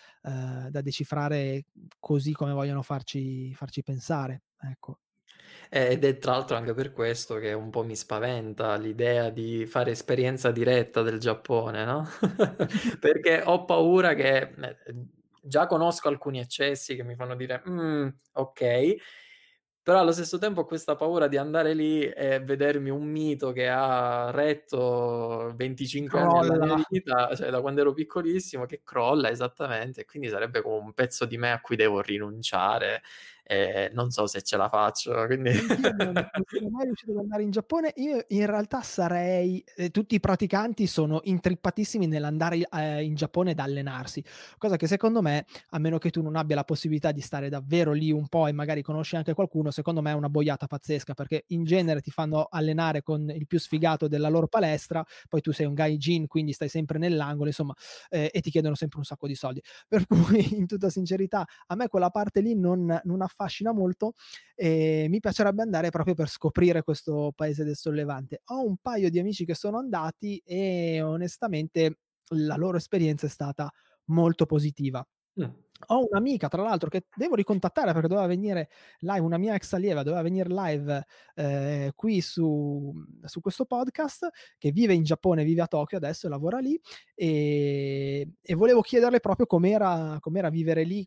da decifrare così come vogliono farci pensare, ecco. Ed è tra l'altro anche per questo che un po' mi spaventa l'idea di fare esperienza diretta del Giappone, no, perché ho paura che già conosco alcuni eccessi che mi fanno dire: okay", però allo stesso tempo ho questa paura di andare lì e vedermi un mito che ha retto 25 anni della mia Crolla. vita, cioè da quando ero piccolissimo, che crolla esattamente, e quindi sarebbe come un pezzo di me a cui devo rinunciare. Non so se ce la faccio, quindi Anch'io non sono mai riuscito ad andare in Giappone. Io in realtà sarei, tutti i praticanti sono intrippatissimi nell'andare in Giappone ed allenarsi, cosa che secondo me, a meno che tu non abbia la possibilità di stare davvero lì un po' e magari conosci anche qualcuno, secondo me è una boiata pazzesca, perché in genere ti fanno allenare con il più sfigato della loro palestra, poi tu sei un gaijin, quindi stai sempre nell'angolo, insomma, e ti chiedono sempre un sacco di soldi. Per cui in tutta sincerità a me quella parte lì non affascina molto. Mi piacerebbe andare proprio per scoprire questo paese del sollevante. Ho un paio di amici che sono andati e onestamente la loro esperienza è stata molto positiva. mh. Ho un'amica tra l'altro che devo ricontattare perché doveva venire live, una mia ex allieva doveva venire live, qui su questo podcast, che vive in Giappone, vive a Tokyo adesso e lavora lì, e volevo chiederle proprio com'era vivere lì,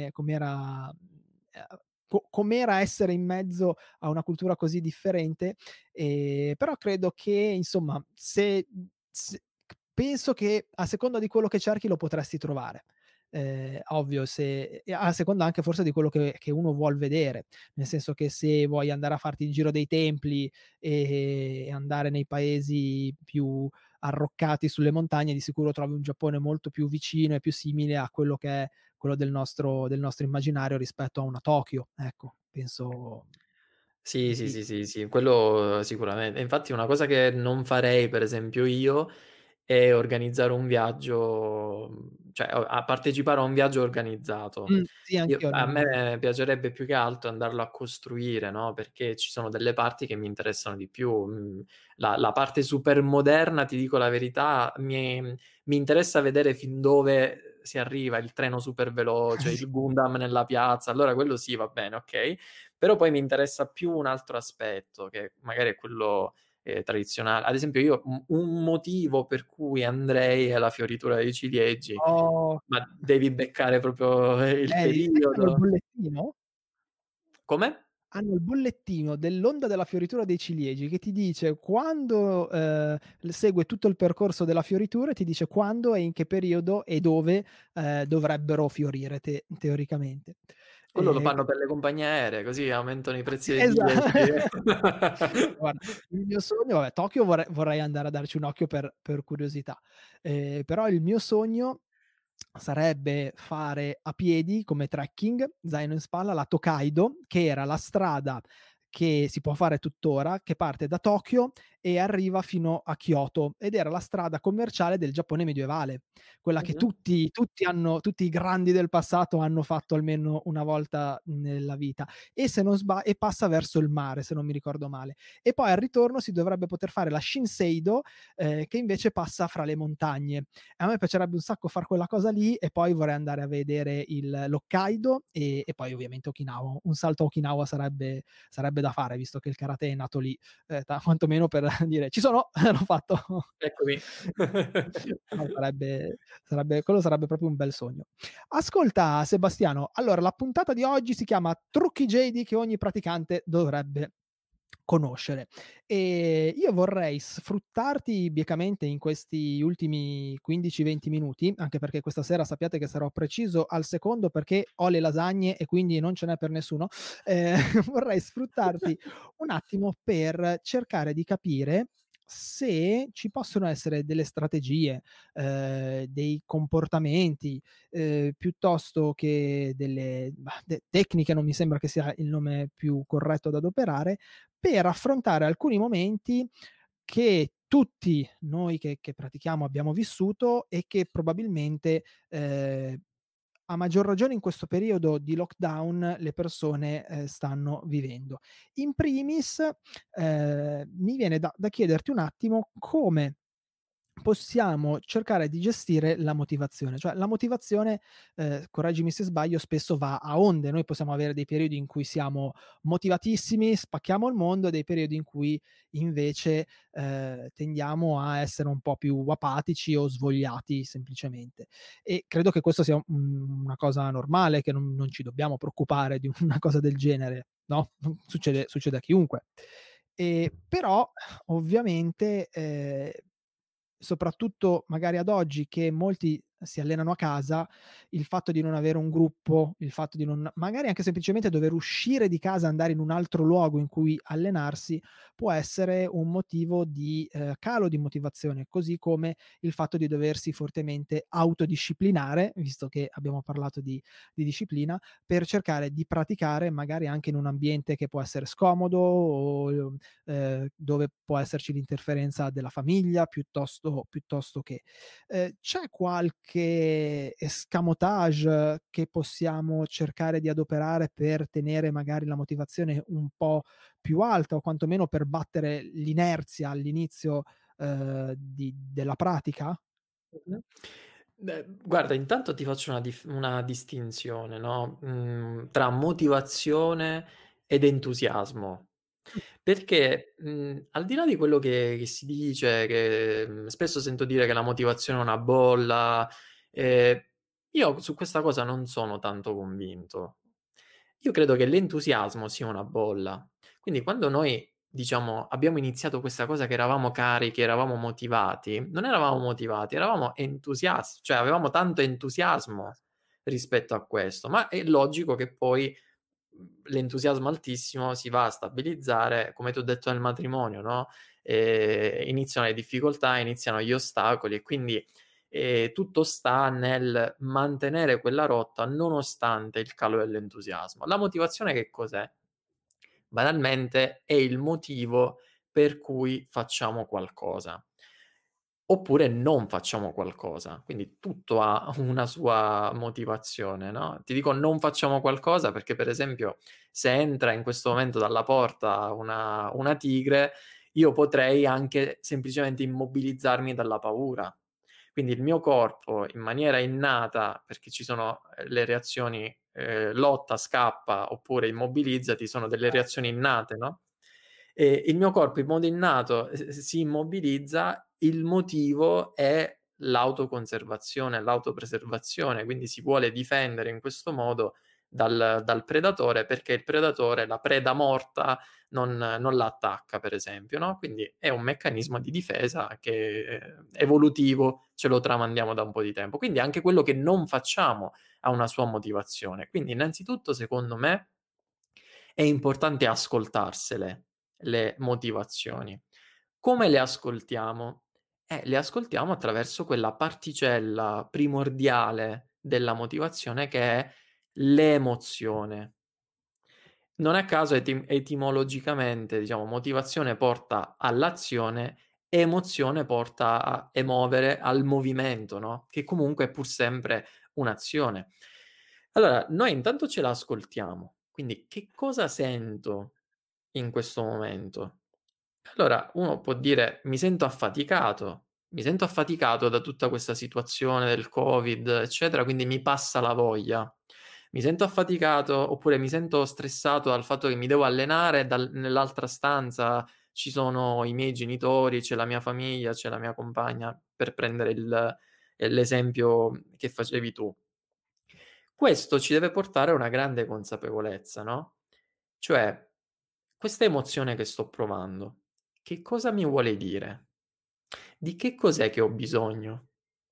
com'era essere in mezzo a una cultura così differente, però credo che insomma se penso che a seconda di quello che cerchi lo potresti trovare. Ovvio, se e a seconda anche forse di quello che uno vuol vedere, nel senso che se vuoi andare a farti il giro dei templi e andare nei paesi più arroccati sulle montagne, di sicuro trovi un Giappone molto più vicino e più simile a quello che è quello del nostro immaginario rispetto a una Tokyo, ecco, penso Sì, sì, così. sì, sì, sì, quello sicuramente. Infatti una cosa che non farei, per esempio io, è organizzare un viaggio, cioè a partecipare a un viaggio organizzato. Sì, Io anch'io a non me piacerebbe più che altro andarlo a costruire, no, perché ci sono delle parti che mi interessano di più. La parte super moderna, ti dico la verità, mi interessa vedere fin dove si arriva, il treno super veloce, sì. il Gundam nella piazza, allora quello sì, va bene, okay. Però poi mi interessa più un altro aspetto, che magari è quello, tradizionale. Ad esempio io un motivo per cui andrei alla fioritura dei ciliegi, Oh, ma devi beccare proprio il sai che hanno il periodo. bollettino? Come? Hanno il bollettino dell'onda della fioritura dei ciliegi che ti dice quando, segue tutto il percorso della fioritura e ti dice quando e in che periodo e dove, dovrebbero fiorire teoricamente. Quello lo Q fanno per le compagnie aeree, così aumentano i prezzi dei esa biglietti. Guarda, il mio sogno, vabbè, Tokyo vorrei andare a darci un occhio per curiosità, però il mio sogno sarebbe fare a piedi come trekking, zaino in spalla, la Tokaido, che era la strada che si può fare tuttora, che parte da Tokyo e arriva fino a Kyoto ed era la strada commerciale del Giappone medievale, quella che Mh-mh. tutti i grandi del passato hanno fatto almeno una volta nella vita e se non sba e passa verso il mare, se non mi ricordo male. E poi al ritorno si dovrebbe poter fare la Shinsedo, che invece passa fra le montagne. A me piacerebbe un sacco far quella cosa lì e poi vorrei andare a vedere l'Hokkaido e poi ovviamente Okinawa. Un salto a Okinawa sarebbe da fare, visto che il karate è nato lì, ta quantomeno per dire: "Ci sono, l'ho fatto." Eccomi. No, quello sarebbe proprio un bel sogno. Ascolta Sebastiano, allora la puntata di oggi si chiama "Trucchi Jedi che ogni praticante dovrebbe conoscere". Io vorrei sfruttarti biecamente in questi ultimi 15, 20 minuti, anche perché questa sera sappiate che sarò preciso al secondo perché ho le lasagne e quindi non ce n'è per nessuno. Ehm, vorrei sfruttarti un attimo per cercare di capire se ci possono essere delle strategie, dei comportamenti, piuttosto che delle tecniche, non mi sembra che sia il nome più corretto da adoperare, per affrontare alcuni momenti che tutti noi che pratichiamo abbiamo vissuto e che probabilmente, a maggior ragione in questo periodo di lockdown le persone, stanno vivendo. In primis, mi viene da chiederti un attimo come possiamo cercare di gestire la motivazione. Cioè la motivazione, correggimi se sbaglio, spesso va a onde. Noi possiamo avere dei periodi in cui siamo motivatissimi, spacchiamo il mondo, e dei periodi in cui invece, tendiamo a essere un po' più apatici o svogliati semplicemente. E credo che questo sia, una cosa normale, che non ci dobbiamo preoccupare di una cosa del genere, no, succede a chiunque. Però ovviamente, soprattutto magari ad oggi che molti si allenano a casa, il fatto di non avere un gruppo, il fatto di non magari anche semplicemente dover uscire di casa, andare in un altro luogo in cui allenarsi, può essere un motivo di, calo di motivazione, così come il fatto di doversi fortemente autodisciplinare, visto che abbiamo parlato di disciplina, per cercare di praticare magari anche in un ambiente che può essere scomodo o dove può esserci l'interferenza della famiglia piuttosto che. C'è qualche escamotage che possiamo cercare di adoperare per tenere magari la motivazione un po' più alta o quantomeno per battere l'inerzia all'inizio, della pratica? Mh-mh. Beh, guarda, intanto ti faccio una distinzione, no, tra motivazione ed entusiasmo. Perché, al di là di quello che si dice, che, spesso sento dire che la motivazione è una bolla, ehm, io su questa cosa non sono tanto convinto. Io credo che l'entusiasmo sia una bolla. Quindi quando noi, diciamo, abbiamo iniziato questa cosa che eravamo carichi, eravamo motivati, non eravamo motivati, eravamo cioè avevamo tanto entusiasmo rispetto a questo, ma è logico che poi, l'entusiasmo altissimo si va a stabilizzare, come ti ho detto nel matrimonio, no, iniziano le difficoltà, iniziano gli ostacoli e quindi, tutto sta nel mantenere quella rotta nonostante il calo dell'entusiasmo. La motivazione che cos'è? Banalmente è il motivo per cui facciamo qualcosa. Oppure non facciamo qualcosa, quindi tutto ha una sua motivazione, no, ti dico non facciamo qualcosa perché per esempio se entra in questo momento dalla porta una tigre, io potrei anche semplicemente immobilizzarmi dalla paura. Quindi il mio corpo in maniera innata, perché ci sono, le reazioni, lotta, scappa oppure immobilizzati, sono delle reazioni innate, no, il mio corpo in modo innato si immobilizza, il motivo è l'autoconservazione, l'autopreservazione, quindi si vuole difendere in questo modo dal predatore, perché il predatore, la preda morta, non la attacca per esempio, no, quindi è un meccanismo di difesa che evolutivo, ce lo tramandiamo da un po' di tempo. Quindi anche quello che non facciamo ha una sua motivazione. Quindi innanzitutto secondo me è importante ascoltarsele le motivazioni. Come le ascoltiamo? Le ascoltiamo attraverso quella particella primordiale della motivazione che è l'emozione. Non a caso etimologicamente, diciamo, motivazione porta all'azione, emozione porta a emovere al movimento, no, che comunque è pur sempre un'azione. Allora, noi intanto ce la ascoltiamo, quindi che cosa sento in questo momento? Allora, uno può dire: mi sento affaticato da tutta questa situazione del Covid, eccetera, quindi mi passa la voglia. Mi sento affaticato, oppure mi sento stressato dal fatto che mi devo allenare, nell'altra stanza ci sono i miei genitori, c'è la mia famiglia, c'è la mia compagna, per prendere l'esempio che facevi tu. Questo ci deve portare a una grande consapevolezza, no, cioè: questa emozione che sto provando, che cosa mi vuole dire? Di che cos'è che ho bisogno?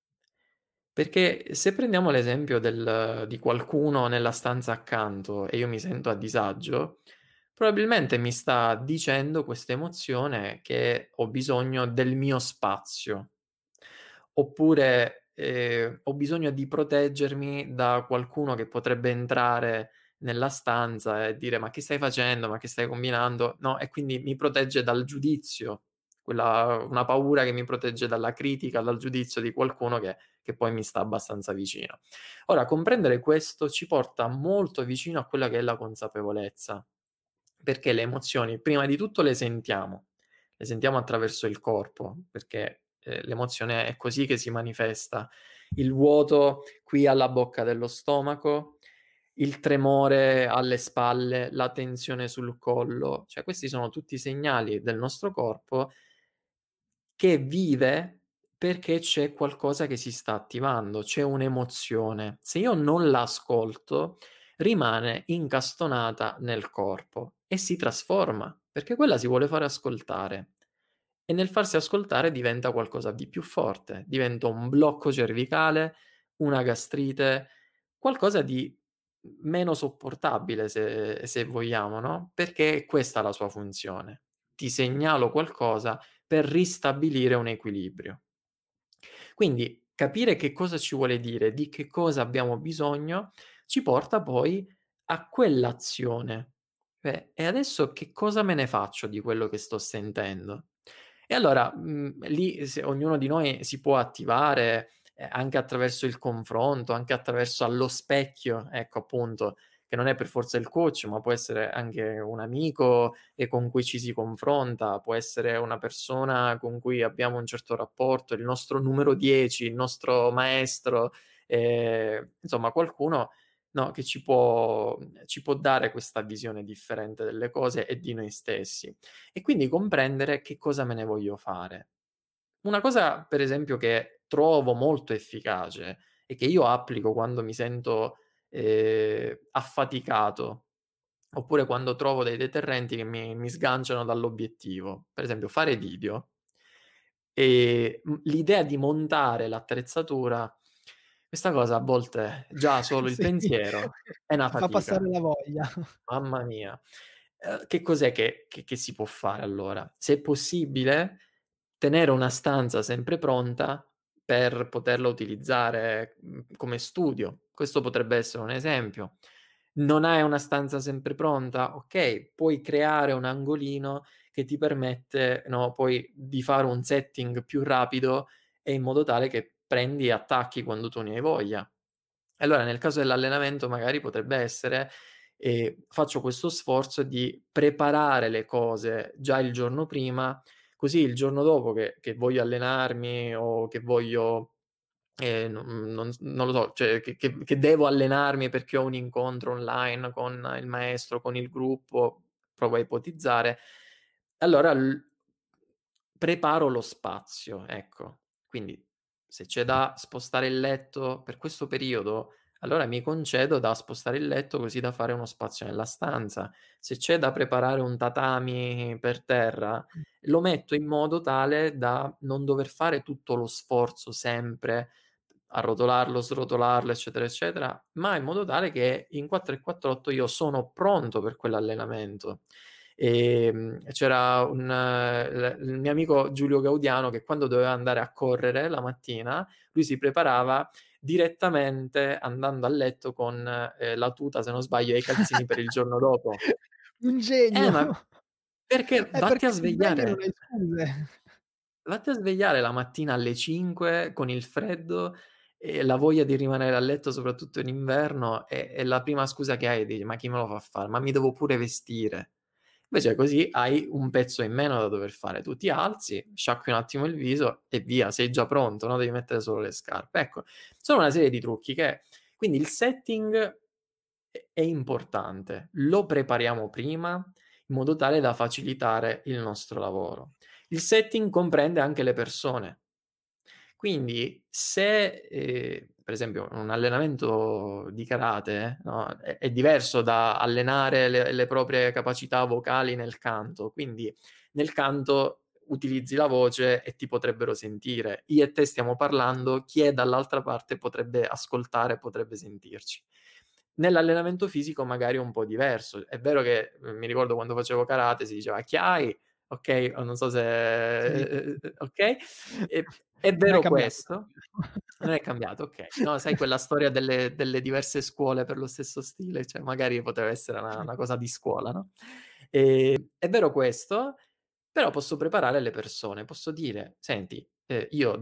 Perché se prendiamo l'esempio di qualcuno nella stanza accanto e io mi sento a disagio, probabilmente mi sta dicendo questa emozione che ho bisogno del mio spazio. Oppure, ho bisogno di proteggermi da qualcuno che potrebbe entrare nella stanza e dire: "Ma che stai facendo? Ma che stai combinando?" No, e quindi mi protegge dal giudizio, quella una paura che mi protegge dalla critica, dal giudizio di qualcuno che poi mi sta abbastanza vicino. Ora, comprendere questo ci porta molto vicino a quella che è la consapevolezza, perché le emozioni prima di tutto le sentiamo attraverso il corpo, perché, l'emozione è così che si manifesta. Il vuoto qui alla bocca dello stomaco, il tremore alle spalle, la tensione sul collo, cioè questi sono tutti segnali del nostro corpo che vive perché c'è qualcosa che si sta attivando, c'è un'emozione. Se io non la ascolto, rimane incastonata nel corpo e si trasforma, perché quella si vuole fare ascoltare. E nel farsi ascoltare diventa qualcosa di più forte, diventa un blocco cervicale, una gastrite, qualcosa di meno sopportabile se vogliamo, no, perché è questa la sua funzione. Ti segnalo qualcosa per ristabilire un equilibrio. Quindi capire che cosa ci vuole dire, di che cosa abbiamo bisogno, ci porta poi a quell'azione. E adesso che cosa me ne faccio di quello che sto sentendo? E allora, lì se ognuno di noi si può attivare, anche attraverso il confronto, anche attraverso allo specchio, ecco appunto, che non è per forza il coach, ma può essere anche un amico e con cui ci si confronta, può essere una persona con cui abbiamo un certo rapporto, il nostro numero 10, il nostro maestro, insomma qualcuno, no, che ci può dare questa visione differente delle cose e di noi stessi. E quindi comprendere che cosa me ne voglio fare. Una cosa per esempio che trovo molto efficace e che io applico quando mi sento, affaticato, oppure quando trovo dei deterrenti che mi sganciano dall'obiettivo. Per esempio fare video. L'idea di montare l'attrezzatura, questa cosa a volte già solo il Sì, pensiero è una ti fa fatica. passare la voglia. Mamma mia. Che cos'è che si può fare allora? Se è possibile, tenere una stanza sempre pronta per poterla utilizzare, come studio. Questo potrebbe essere un esempio. Non hai una stanza sempre pronta? Okay, puoi creare un angolino che ti permette, no, poi di fare un setting più rapido e in modo tale che prendi e attacchi quando tu ne hai voglia. Allora nel caso dell'allenamento magari potrebbe essere, faccio questo sforzo di preparare le cose già il giorno prima, così il giorno dopo che voglio allenarmi o che voglio, non lo so, cioè che devo allenarmi perché ho un incontro online con il maestro, con il gruppo, provo a ipotizzare, allora preparo lo spazio, ecco. Quindi se c'è da spostare il letto per questo periodo, allora mi concedo da spostare il letto così da fare uno spazio nella stanza. Se c'è da preparare un tatami per terra, lo metto in modo tale da non dover fare tutto lo sforzo sempre, arrotolarlo, srotolarlo, eccetera, eccetera, ma in modo tale che in 4 e 48 io sono pronto per quell'allenamento. C'era il mio amico Giulio Gaudiano che quando doveva andare a correre la mattina, lui si preparava direttamente andando a letto con, la tuta, se non sbaglio, e i calzini per il giorno dopo. Un genio. Ma perché Perché ti svegli e non hai scuse. vatti a svegliare la mattina alle 5 con il freddo e la voglia di rimanere a letto, soprattutto in inverno, e la prima scusa che hai è di: "Ma chi me lo fa fare? Ma mi devo pure vestire". Invece così hai un pezzo in meno da dover fare. Tu ti alzi, sciacqui un attimo il viso e via, sei già pronto, no, devi mettere solo le scarpe. Ecco, sono una serie di trucchi che quindi il setting è importante, lo prepariamo prima in modo tale da facilitare il nostro lavoro. Il setting comprende anche le persone. Quindi se, per esempio un allenamento di karate, no, è diverso da allenare le proprie capacità vocali nel canto, quindi nel canto utilizzi la voce e ti potrebbero sentire. Io e te stiamo parlando, chi è dall'altra parte potrebbe ascoltare, potrebbe sentirci. Nell'allenamento fisico magari è un po' diverso. È vero che, mi ricordo quando facevo karate si diceva: "Chiai", okay, o non so Sì. se okay, è Non è vero cambiato questo. troppo. Non è cambiato, okay. No, sai quella storia delle diverse scuole per lo stesso stile, cioè magari poteva essere una cosa di scuola, no, è vero questo, però posso preparare le persone, posso dire: "Senti, io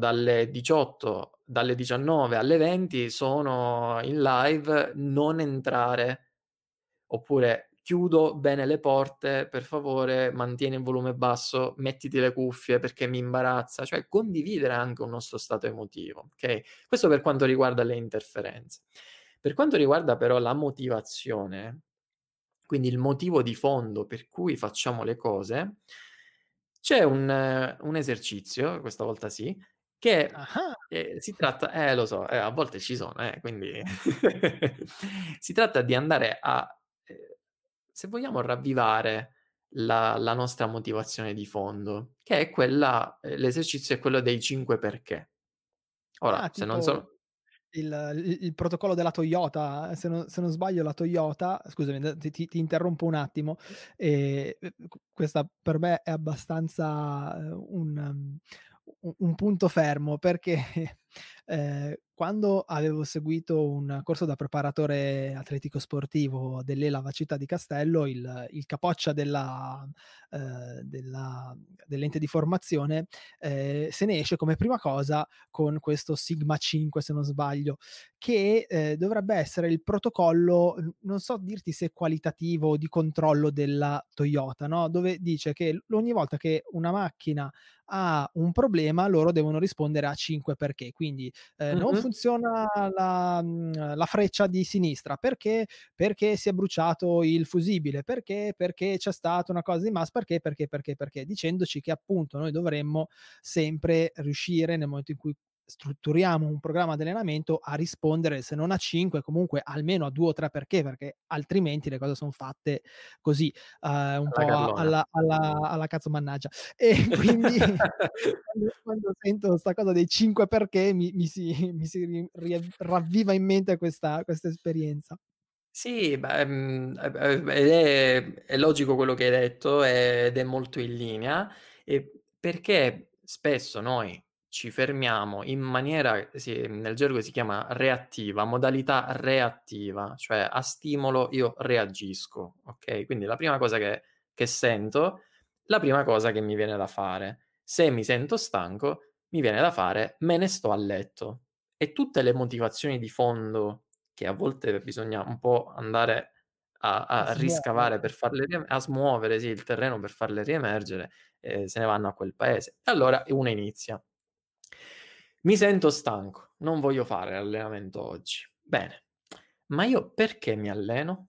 dalle 19 alle 20 sono in live, non entrare." Oppure: "Chiudo bene le porte, per favore mantieni il volume basso, mettiti le cuffie perché mi imbarazza." Cioè condividere anche un nostro stato emotivo, okay? Questo per quanto riguarda le interferenze. Per quanto riguarda però la motivazione, quindi il motivo di fondo per cui facciamo le cose, c'è un esercizio, questa volta sì, che, Ah-ah. si tratta lo so, a volte ci sono, quindi si tratta di andare a, ehm, se vogliamo ravvivare la nostra motivazione di fondo, che è quella l'esercizio è quello dei 5 perché. Ah, Ora, se non tipo sono il protocollo della Toyota, se non sbaglio la Toyota scusami, ti interrompo un attimo, questa per me è abbastanza, un punto fermo perché, quando avevo seguito un corso da preparatore atletico sportivo dell'ELA Città di Castello, il capoccia della dell'ente di formazione, se ne esce come prima cosa con questo Sigma 5 se non sbaglio, che, dovrebbe essere il protocollo, non so dirti se qualitativo o di controllo della Toyota, no, dove dice che ogni volta che una macchina ha un problema, loro devono rispondere a 5 perché. Quindi, non mh-mh. funziona la freccia di sinistra, perché? Perché si è bruciato il fusibile, perché? Perché c'è stata una cosa di perché, dicendoci che appunto noi dovremmo sempre riuscire nel momento in cui strutturiamo un programma di allenamento a rispondere se non a 5 comunque almeno a 2 o 3 perché altrimenti le cose son fatte così, un Alla po' a carlona. alla cazzomannaggia. E quindi quando sento 'sta cosa dei 5 perché mi si ravviva in mente questa esperienza. Sì, beh, ed è logico quello che hai detto ed è molto in linea, perché spesso noi ci fermiamo in maniera nel gergo si chiama reattiva, modalità reattiva, cioè a stimolo io reagisco, okay, quindi la prima cosa che sento, la prima cosa che mi viene da fare. Se mi sento stanco, mi viene da fare: me ne sto a letto. E tutte le motivazioni di fondo che a volte bisogna un po' andare A a riscavare smuovere. per farle a smuovere, sì, il terreno per farle riemergere, se ne vanno a quel paese. E allora uno inizia. Mi sento stanco, non voglio fare l'allenamento oggi. Bene, ma io perché mi alleno?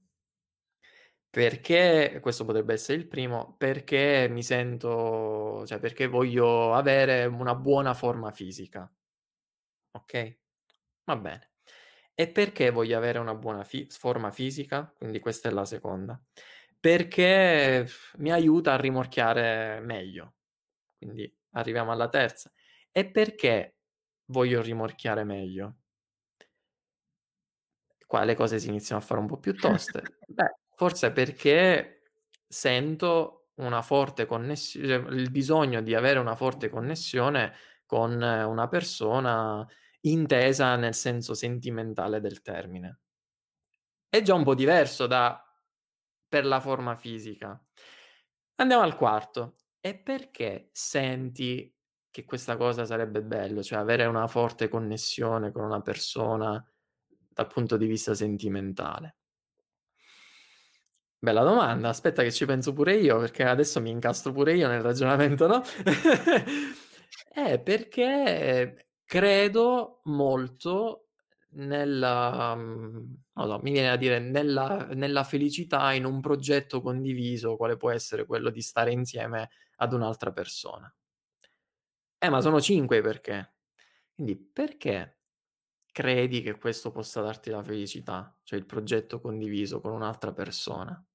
Perché questo potrebbe essere il primo, perché mi sento cioè perché voglio avere una buona forma fisica, okay? Va bene. E perché voglio avere una buona forma fisica? Quindi questa è la seconda. Perché mi aiuta a rimorchiare meglio. Quindi arriviamo alla terza. E perché voglio rimorchiare meglio? Qua le cose si iniziano a fare un po' più toste. Beh, forse perché sento una forte cioè il bisogno di avere una forte connessione con una persona intesa nel senso sentimentale del termine. È già un po' diverso da per la forma fisica. Andiamo al quarto. E perché senti che questa cosa sarebbe bello, cioè avere una forte connessione con una persona dal punto di vista sentimentale? Bella domanda, aspetta che ci penso pure io, perché adesso mi incastro pure io nel ragionamento, no, perché credo molto nella non lo so, mi viene da dire nella felicità in un progetto condiviso, quale può essere quello di stare insieme ad un'altra persona. Ma sono 5 i perché. Quindi perché credi che questo possa darti la felicità, cioè il progetto condiviso con un'altra persona?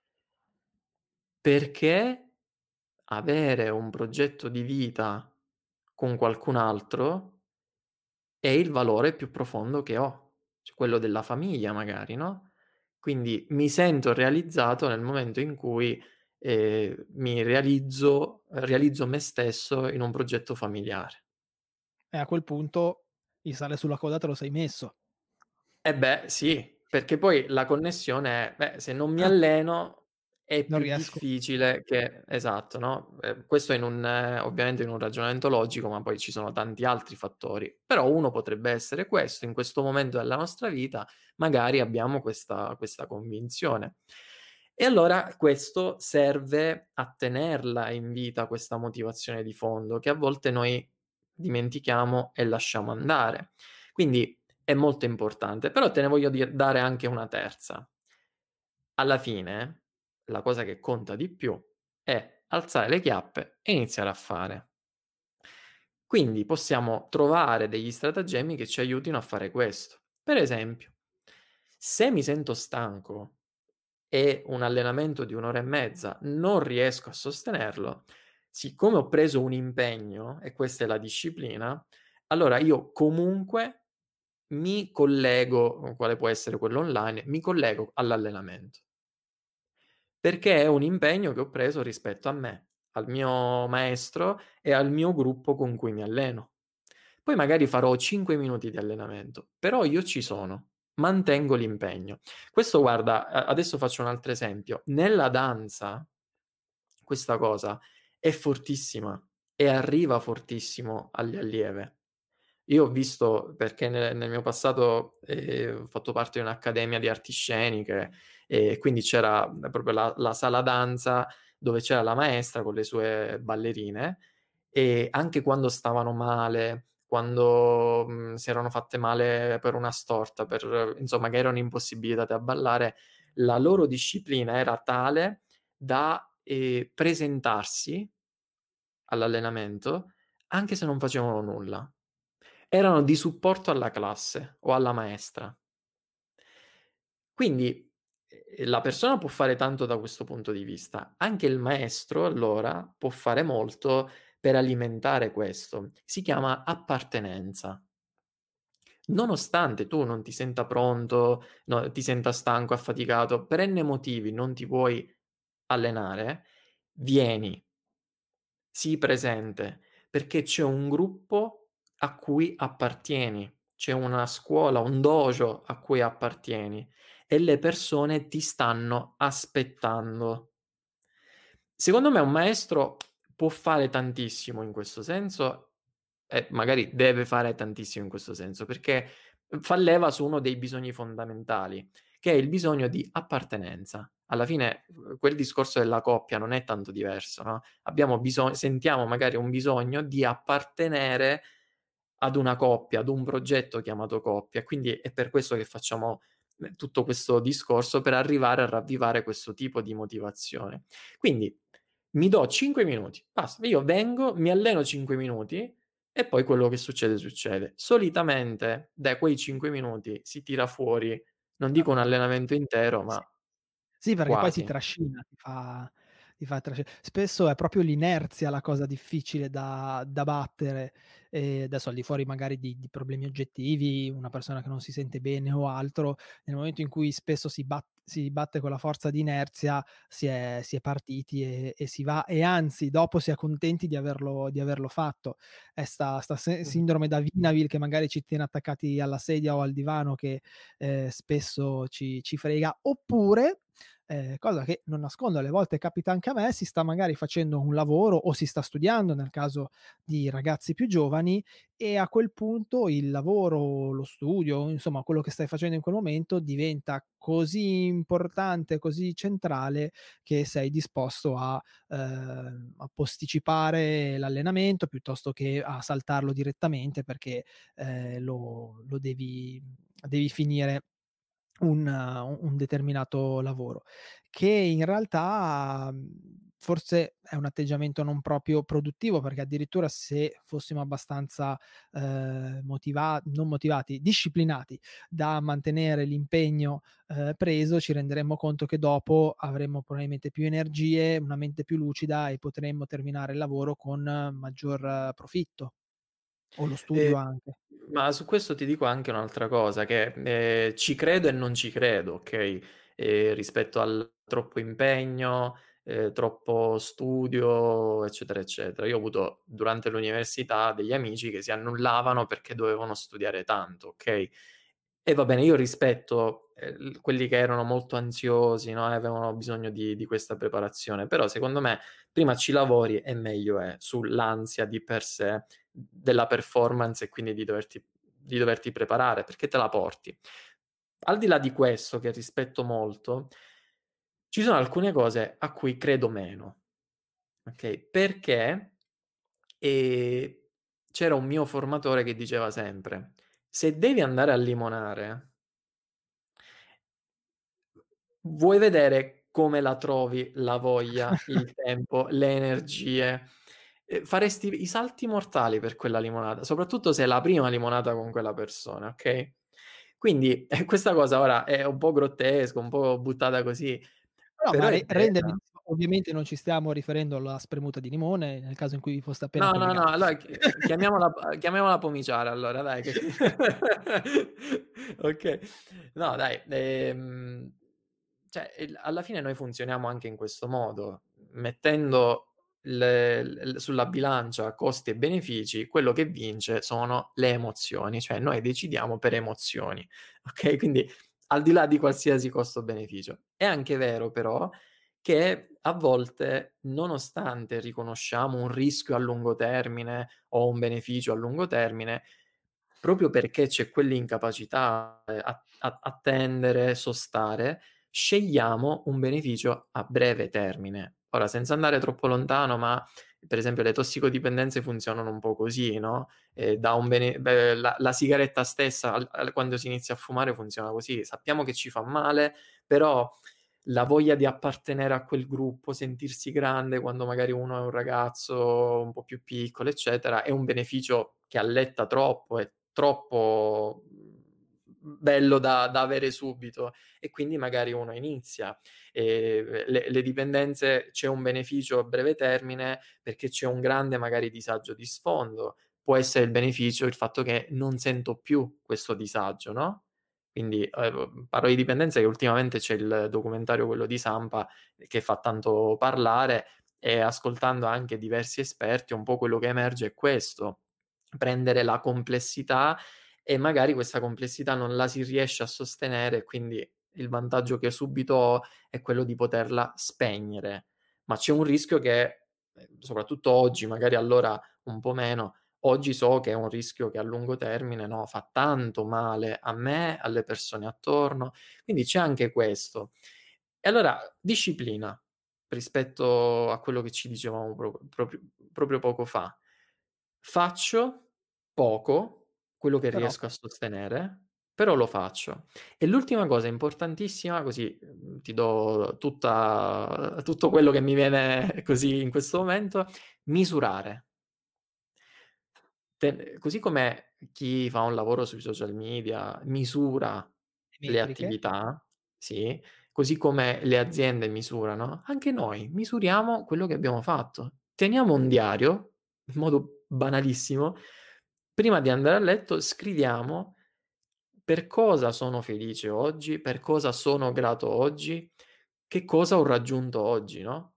Perché avere un progetto di vita con qualcun altro è il valore più profondo che ho, cioè quello della famiglia magari, no, quindi mi sento realizzato nel momento in cui, mi realizzo me stesso in un progetto familiare. E a quel punto il sale sulla coda te lo sei messo. Eh beh, sì, perché poi la connessione è: beh, se non mi alleno è Non più riesco. difficile che esatto, no, questo in un ovviamente in un ragionamento logico, ma poi ci sono tanti altri fattori. Però uno potrebbe essere questo: in questo momento della nostra vita magari abbiamo questa convinzione. E allora questo serve a tenerla in vita questa motivazione di fondo, che a volte noi dimentichiamo e lasciamo andare. Quindi è molto importante, però te ne voglio dare anche una terza. Alla fine, la cosa che conta di più è alzare le chiappe e iniziare a fare. Quindi possiamo trovare degli stratagemmi che ci aiutino a fare questo. Per esempio, se mi sento stanco e un allenamento di 1 ora e mezza non riesco a sostenerlo, siccome ho preso un impegno e questa è la disciplina, allora io comunque mi collego, quale può essere quello online, mi collego all'allenamento, perché è un impegno che ho preso rispetto a me, al mio maestro e al mio gruppo con cui mi alleno. Poi magari farò 5 minuti di allenamento, però io ci sono, mantengo l'impegno. Questo guarda, adesso faccio un altro esempio. Nella danza questa cosa è fortissima e arriva fortissimo alle allieve. Io ho visto perché nel mio passato, ho fatto parte di un'accademia di arti sceniche e quindi c'era proprio la sala danza dove c'era la maestra con le sue ballerine e anche quando stavano male, quando, si erano fatte male per una storta, per insomma che erano impossibilitate a ballare, la loro disciplina era tale da, presentarsi all'allenamento anche se non facevano nulla. Erano di supporto alla classe o alla maestra. Quindi, la persona può fare tanto da questo punto di vista. Anche il maestro allora può fare molto per alimentare questo. Si chiama appartenenza. Nonostante tu non ti senta pronto, ti senta stanco, affaticato, per N motivi non ti vuoi allenare, vieni. Sii presente, perché c'è un gruppo a cui appartieni, c'è una scuola, un dojo a cui appartieni e le persone ti stanno aspettando. Secondo me un maestro può fare tantissimo in questo senso e magari deve fare tantissimo in questo senso, perché fa leva su uno dei bisogni fondamentali, che è il bisogno di appartenenza. Alla fine, quel discorso della coppia non è tanto diverso, no, sentiamo magari un bisogno di appartenere ad una coppia, ad un progetto chiamato coppia, quindi è per questo che facciamo, tutto questo discorso per arrivare a ravvivare questo tipo di motivazione. Quindi mi do 5 minuti, basta. Io vengo, mi alleno 5 minuti e poi quello che succede, succede. Solitamente da quei 5 minuti si tira fuori, non dico un allenamento intero, Sì. ma Sì, perché poi si quasi. trascina, ti fa spesso è proprio l'inerzia la cosa difficile da battere, adesso al di fuori magari di problemi oggettivi, una persona che non si sente bene o altro, nel momento in cui spesso si batte con la forza di inerzia, si è partiti e si va e anzi dopo si è contenti di averlo fatto. È sta Mh-mh. sindrome da Vinaville che magari ci tiene attaccati alla sedia o al divano che, spesso ci frega, oppure cosa che non nascondo, alle volte capita anche a me, si sta magari facendo un lavoro o si sta studiando, nel caso di ragazzi più giovani, e a quel punto il lavoro, lo studio, insomma quello che stai facendo in quel momento diventa così importante, così centrale che sei disposto a posticipare l'allenamento piuttosto che a saltarlo direttamente perché, lo devi finire un determinato lavoro, che in realtà, forse è un atteggiamento non proprio produttivo, perché addirittura se fossimo abbastanza, non motivati, disciplinati da mantenere l'impegno, preso, ci renderemmo conto che dopo avremmo probabilmente più energie, una mente più lucida e potremmo terminare il lavoro con maggior profitto, o lo Ehm, studio anche. ma su questo ti dico anche un'altra cosa, che, ci credo e non ci credo, okay, rispetto al troppo impegno, troppo studio, eccetera, eccetera. Io ho avuto durante l'università degli amici che si annullavano perché dovevano studiare tanto, okay? E va bene, io rispetto, l quelli che erano molto ansiosi, no, e avevano bisogno di questa preparazione, però secondo me prima ci lavori e meglio è, sull'ansia di per sé della performance e quindi di doverti preparare, perché te la porti. Al di là di questo, che rispetto molto, ci sono alcune cose a cui credo meno, okay, perché, ehm, c'era un mio formatore che diceva sempre: "Se devi andare a limonare, vuoi vedere come la trovi la voglia, il tempo, le energie? Faresti i salti mortali per quella limonata, soprattutto se è la prima limonata con quella persona, okay? Quindi, questa cosa ora è un po' grottesco, un po' buttata così, No, ma però è rende vera. benissimo, ovviamente non ci stiamo riferendo alla spremuta di limone, nel caso in cui vi foste appena No, no, no, collegati. allora chiamiamola pomiciara allora dai che okay. No dai, cioè alla fine noi funzioniamo anche in questo modo, mettendo sulla bilancia costi e benefici, quello che vince sono le emozioni, cioè noi decidiamo per emozioni, okay, quindi al di là di qualsiasi costo beneficio. È anche vero però che a volte, nonostante riconosciamo un rischio a lungo termine o un beneficio a lungo termine, proprio perché c'è quell'incapacità, a attendere, sostare, scegliamo un beneficio a breve termine. Ora, senza andare troppo lontano, ma per esempio le tossicodipendenze funzionano un po' così, no, da un la sigaretta stessa quando si inizia a fumare funziona così: sappiamo che ci fa male, però la voglia di appartenere a quel gruppo, sentirsi grande quando magari uno è un ragazzo un po' più piccolo, eccetera, è un beneficio che alletta troppo, è troppo, bello da avere subito e quindi magari uno inizia. Le dipendenze c'è un beneficio a breve termine perché c'è un grande magari disagio di sfondo. Può essere il beneficio il fatto che non sento più questo disagio, no? Quindi, parlo di dipendenza che ultimamente c'è il documentario quello di Sampa che fa tanto parlare e ascoltando anche diversi esperti un po' quello che emerge è questo: prendere la complessità e magari questa complessità non la si riesce a sostenere, quindi il vantaggio che subito ho è quello di poterla spegnere. Ma c'è un rischio che, soprattutto oggi, magari allora un po' meno, oggi so che è un rischio che a lungo termine, no, fa tanto male a me, alle persone attorno, quindi c'è anche questo. E allora disciplina, rispetto a quello che ci dicevamo proprio poco fa. Faccio poco, quello che Però riesco a sostenere, però lo faccio. E l'ultima cosa importantissima, così, ti do tutto quello che mi viene così in questo momento, misurare. Così come chi fa un lavoro sui social media misura le le metriche, attività, sì, così come le aziende misurano, anche noi misuriamo quello che abbiamo fatto. Teniamo un diario, in modo banalissimo, prima di andare a letto scriviamo per cosa sono felice oggi, per cosa sono grato oggi, che cosa ho raggiunto oggi, no?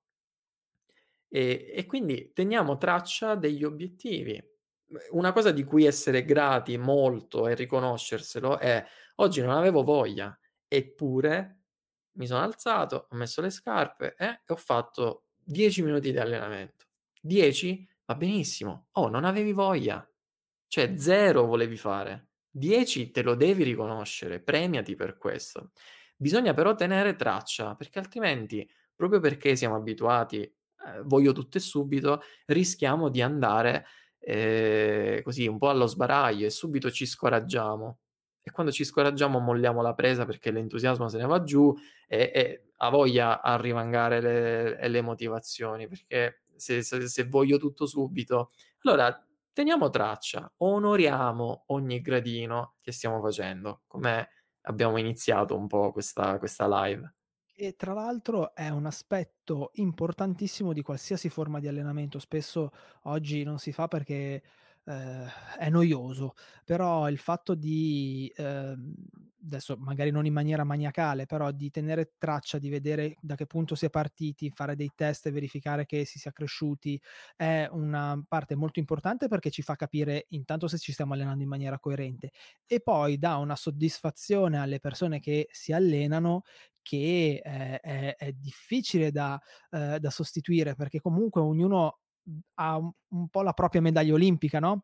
E quindi teniamo traccia degli obiettivi. Una cosa di cui essere grati molto e riconoscerselo è: oggi non avevo voglia, eppure mi sono alzato, ho messo le scarpe, e ho fatto 10 minuti di allenamento. 10? Va benissimo. Oh, non avevi voglia. Cioè 0 volevi fare. 10 te lo devi riconoscere, premiati per questo. Bisogna però tenere traccia, perché altrimenti, proprio perché siamo abituati, voglio tutto e subito, rischiamo di andare, così un po' allo sbaraglio e subito ci scoraggiamo. E quando ci scoraggiamo molliamo la presa perché l'entusiasmo se ne va giù e ha voglia a rivangare le motivazioni, perché se voglio tutto subito, allora teniamo traccia, onoriamo ogni gradino che stiamo facendo, come abbiamo iniziato un po' questa live. E tra l'altro è un aspetto importantissimo di qualsiasi forma di allenamento. Spesso oggi non si fa perché, è noioso, però il fatto di, adesso magari non in maniera maniacale, però di tenere traccia, di vedere da che punto si è partiti, fare dei test e verificare che si sia cresciuti, è una parte molto importante perché ci fa capire intanto se ci stiamo allenando in maniera coerente e poi dà una soddisfazione alle persone che si allenano che è difficile da sostituire, perché comunque ognuno, ha un po' la propria medaglia olimpica, no,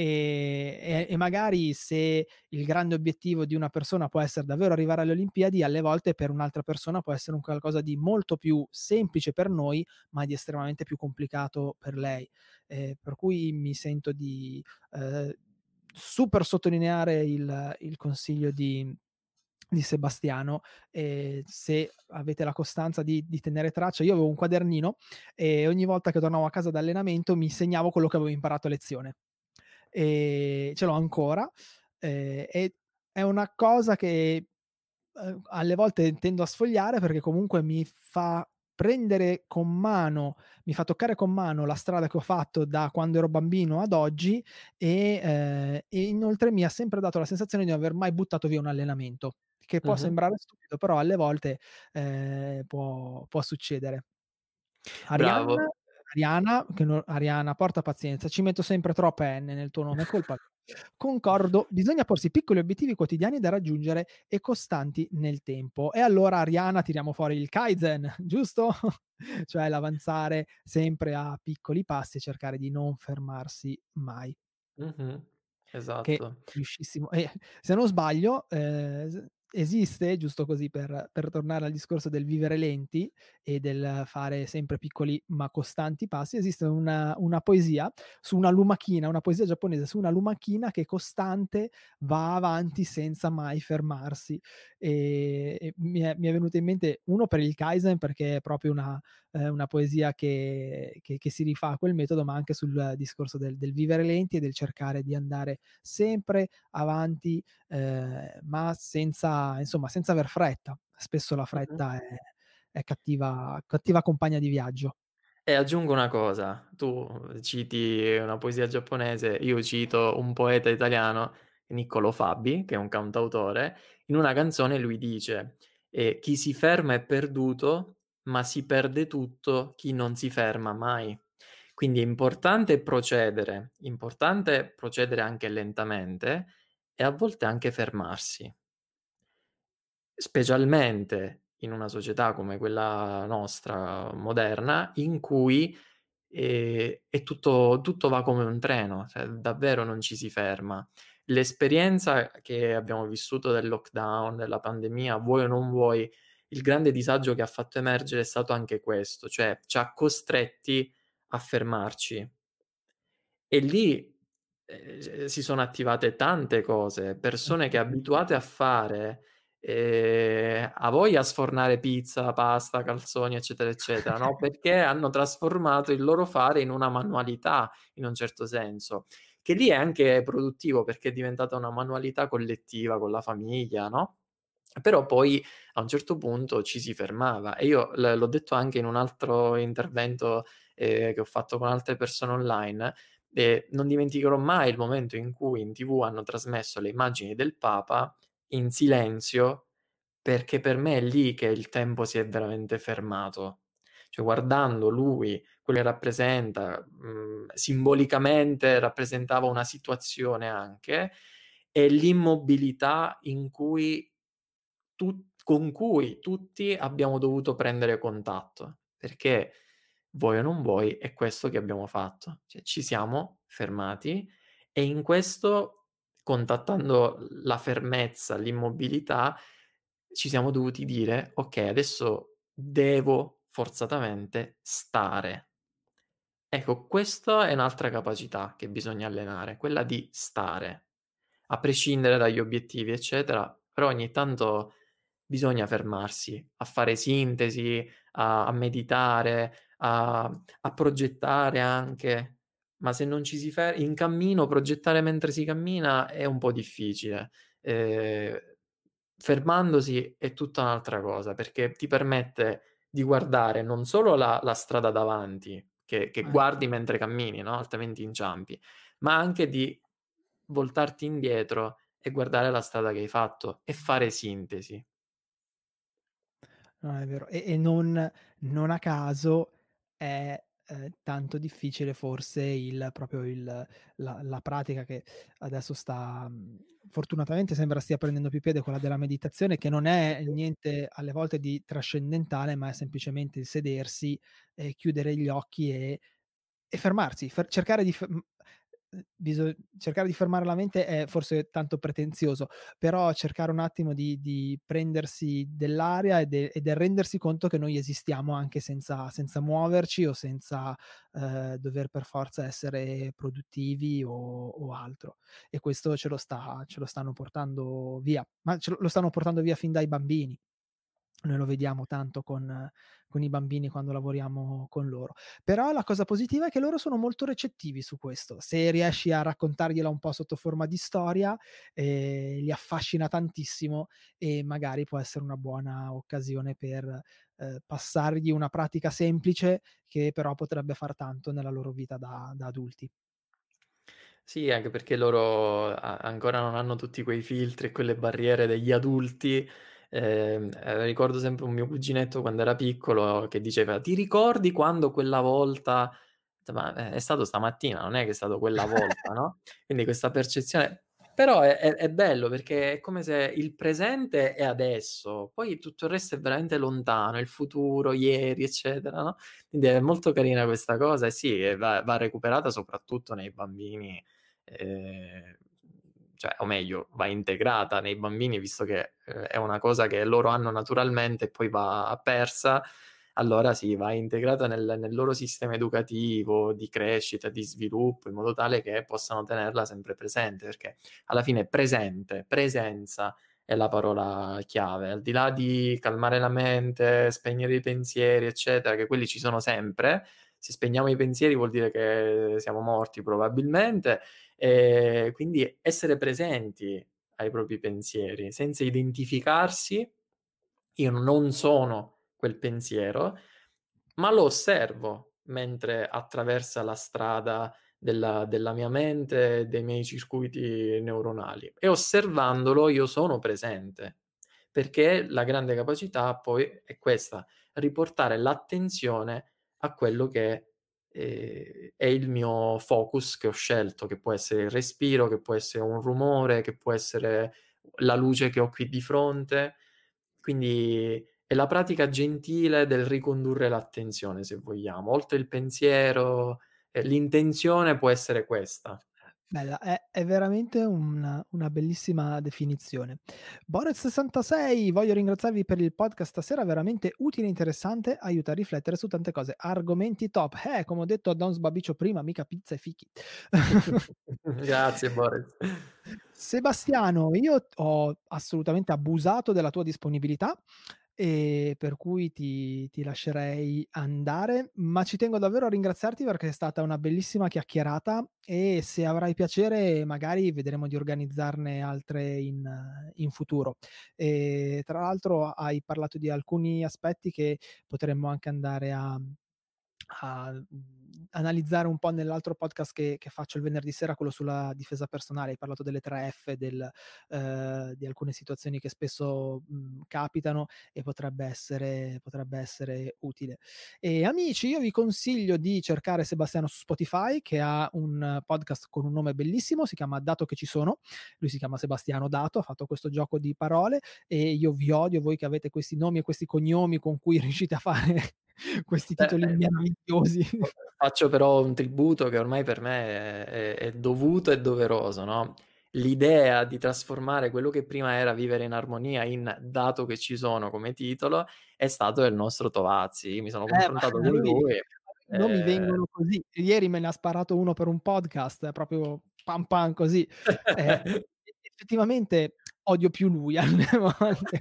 e magari se il grande obiettivo di una persona può essere davvero arrivare alle Olimpiadi, alle volte per un'altra persona può essere un qualcosa di molto più semplice per noi, ma di estremamente più complicato per lei. Per cui mi sento di, ehm, super sottolineare il consiglio di Sebastiano, se avete la costanza di tenere traccia io avevo un quadernino e ogni volta che tornavo a casa da allenamento mi segnavo quello che avevo imparato a lezione. Ce l'ho ancora, e è una cosa che, alle volte tendo a sfogliare perché comunque mi fa toccare con mano la strada che ho fatto da quando ero bambino ad oggi e inoltre mi ha sempre dato la sensazione di non aver mai buttato via un allenamento, che può Mh-mh. sembrare stupido, però alle volte, può succedere. Arianna Bravo. Ariana, porta pazienza, ci metto sempre troppe N nel tuo nome, è colpa mia. Concordo, bisogna porsi piccoli obiettivi quotidiani da raggiungere e costanti nel tempo. E allora Ariana tiriamo fuori il Kaizen, giusto? Cioè l'avanzare sempre a piccoli passi e cercare di non fermarsi mai. Mh-mh. Che Esatto. riuscissimo se non sbaglio, s esiste, giusto così per tornare al discorso del vivere lenti e del fare sempre piccoli ma costanti passi, esiste una poesia su una lumachina, una poesia giapponese su una lumachina che costante va avanti senza mai fermarsi. E mi è venuta in mente 1 per il Kaizen perché è proprio una poesia che si rifà a quel metodo, ma anche sul discorso del vivere lenti e del cercare di andare sempre avanti, ma senza insomma, senza aver fretta. Spesso la Mh-mh. fretta è cattiva compagna di viaggio. E aggiungo una cosa, tu citi una poesia giapponese, io cito un poeta italiano, Niccolò Fabi, che è un cantautore, in una canzone lui dice: "Chi si ferma è perduto, ma si perde tutto chi non si ferma mai". Quindi è importante procedere anche lentamente e a volte anche fermarsi. Specialmente in una società come quella nostra moderna, in cui, è tutto va come un treno, cioè davvero non ci si ferma. L'esperienza che abbiamo vissuto del lockdown, della pandemia, vuoi o non vuoi, il grande disagio che ha fatto emergere è stato anche questo, cioè c'ha costretti a fermarci. E lì, si sono attivate tante cose, persone che abituate a fare, a voglia a sfornare pizza, pasta, calzoni, eccetera, eccetera, no, perché hanno trasformato il loro fare in una manualità, in un certo senso, che lì è anche produttivo perché è diventata una manualità collettiva con la famiglia, no, però poi a un certo punto ci si fermava e io l'ho detto anche in un altro intervento, che ho fatto con altre persone online. Non dimenticherò mai il momento in cui in TV hanno trasmesso le immagini del Papa in silenzio, perché per me è lì che il tempo si è veramente fermato. Cioè guardando lui, quello che rappresenta, simbolicamente rappresentava una situazione anche, e l'immobilità in cui con cui tutti abbiamo dovuto prendere contatto, perché vuoi o non vuoi è questo che abbiamo fatto. Cioè ci siamo fermati e in questo, contattando la fermezza, l'immobilità, ci siamo dovuti dire: "Okay, adesso devo forzatamente stare". Ecco, questa è un'altra capacità che bisogna allenare, quella di stare, a prescindere dagli obiettivi, eccetera, però ogni tanto bisogna fermarsi a fare sintesi, a meditare, a progettare anche, ma se non ci si in cammino progettare mentre si cammina è un po' difficile. Ehm, Fermandosi è tutta un'altra cosa, perché ti permette di guardare non solo la strada davanti, che Ecco. guardi mentre cammini, no, altrimenti inciampi, ma anche di voltarti indietro e guardare la strada che hai fatto e fare sintesi. No, è vero. E non a caso è, tanto difficile forse il proprio il la pratica che adesso sta fortunatamente sembra stia prendendo più piede, quella della meditazione, che non è Mh-mh. niente alle volte di trascendentale, ma è semplicemente il sedersi e chiudere gli occhi e fermarsi, cercare di cercare di fermare la mente è forse tanto pretenzioso, però cercare un attimo di prendersi dell'aria e del rendersi conto che noi esistiamo anche senza muoverci o senza, dover per forza essere produttivi o altro. E questo ce lo stanno portando via, ma lo stanno portando via fin dai bambini. Noi lo vediamo tanto con i bambini quando lavoriamo con loro. Però la cosa positiva è che loro sono molto recettivi su questo. Se riesci a raccontargliela un po' sotto forma di storia, li affascina tantissimo e magari può essere una buona occasione per, passargli una pratica semplice che però potrebbe far tanto nella loro vita da adulti. Sì, anche perché loro ancora non hanno tutti quei filtri e quelle barriere degli adulti. Ricordo sempre un mio cuginetto quando era piccolo che diceva: "Ti ricordi quando quella volta" ma è stato stamattina, non è che è stato quella volta, no, quindi questa percezione però è bello perché è come se il presente è adesso, poi tutto il resto è veramente lontano, il futuro, ieri, eccetera, no, quindi è molto carina questa cosa e sì, e va recuperata soprattutto nei bambini, ehm, cioè o meglio va integrata nei bambini visto che, è una cosa che loro hanno naturalmente e poi va persa, allora sì, va integrata nel loro sistema educativo, di crescita, di sviluppo, in modo tale che possano tenerla sempre presente, perché alla fine presente, presenza è la parola chiave. Al di là di calmare la mente, spegnere i pensieri, eccetera, che quelli ci sono sempre, se spegniamo i pensieri vuol dire che siamo morti probabilmente, quindi essere presenti ai propri pensieri, senza identificarsi, io non sono quel pensiero, ma lo osservo mentre attraversa la strada della mia mente, dei miei circuiti neuronali e osservandolo io sono presente, perché la grande capacità poi è questa: riportare l'attenzione a quello che, è il mio focus che ho scelto, che può essere il respiro, che può essere un rumore, che può essere la luce che ho qui di fronte. Quindi è la pratica gentile del ricondurre l'attenzione, se vogliamo. Oltre il pensiero, l'intenzione può essere questa. Bella, è veramente una bellissima definizione. Boris66, voglio ringraziarvi per il podcast stasera, veramente utile e interessante, aiuta a riflettere su tante cose. Argomenti top. Come ho detto a Don Sbabiccio prima, mica pizza e fichi. Grazie Boris. Sebastiano, io ho assolutamente abusato della tua disponibilità, per cui ti lascerei andare, ma ci tengo davvero a ringraziarti perché è stata una bellissima chiacchierata e se avrai piacere magari vedremo di organizzarne altre in futuro. Tra l'altro hai parlato di alcuni aspetti che potremmo anche andare analizzare un po' nell'altro podcast che faccio il venerdì sera, quello sulla difesa personale. Hai parlato delle 3 F, di alcune situazioni che spesso, capitano, e potrebbe essere utile. Amici, io vi consiglio di cercare Sebastiano su Spotify, che ha un podcast con un nome bellissimo, si chiama Dato che ci sono. Lui si chiama Sebastiano Dato, ha fatto questo gioco di parole, e io vi odio voi che avete questi nomi e questi cognomi con cui riuscite a fare questi Beh, titoli meravigliosi. faccio però un tributo che ormai per me è dovuto e doveroso, no, l'idea di trasformare quello che prima era Vivere in armonia in Dato che ci sono come titolo, è stato del nostro Tovazzi. Mi sono confrontato Ma a con lui lui, i nomi vengono così. Ieri me ne ha sparato uno per un podcast, proprio pam pam così. Effettivamente odio più lui alle volte.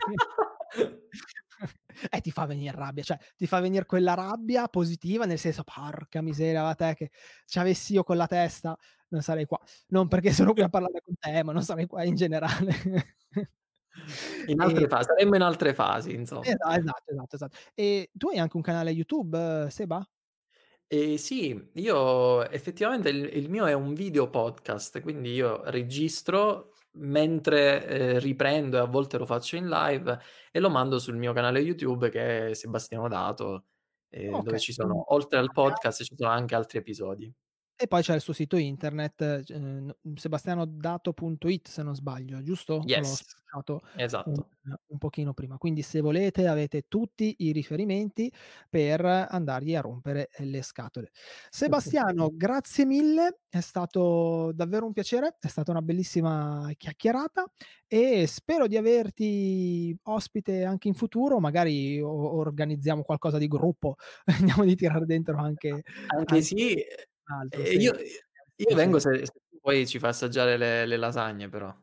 Ti fa venir rabbia, cioè ti fa venir quella rabbia positiva, nel senso: "Porca miseria, va te che c'avessi io quella testa non sarei qua." Non perché sono qui a parlare con te, ma non sarei qua in generale. In E altre fa saremmo in altre fasi, insomma. esatto. E tu hai anche un canale YouTube, Seba? Sì, io effettivamente il mio è un video podcast, quindi io registro mentre, riprendo, e a volte lo faccio in live, e lo mando sul mio canale YouTube che è Sebastiano Dato, dove Okay, ci quindi sono, oltre al podcast, ci sono anche altri episodi. e poi c'è il suo sito internet, sebastianodato.it se non sbaglio, giusto? O l'ho Yes, sfasciato un esatto. un pochino prima. Quindi se volete avete tutti i riferimenti per andargli a rompere le scatole. Sebastiano, grazie mille, è stato davvero un piacere, è stata una bellissima chiacchierata, e spero di averti ospite anche in futuro, magari organizziamo qualcosa di gruppo, vediamo di tirar dentro anche Anche anche sì, un altro, e sì, io vengo piacere. se tu poi ci fai assaggiare le lasagne però.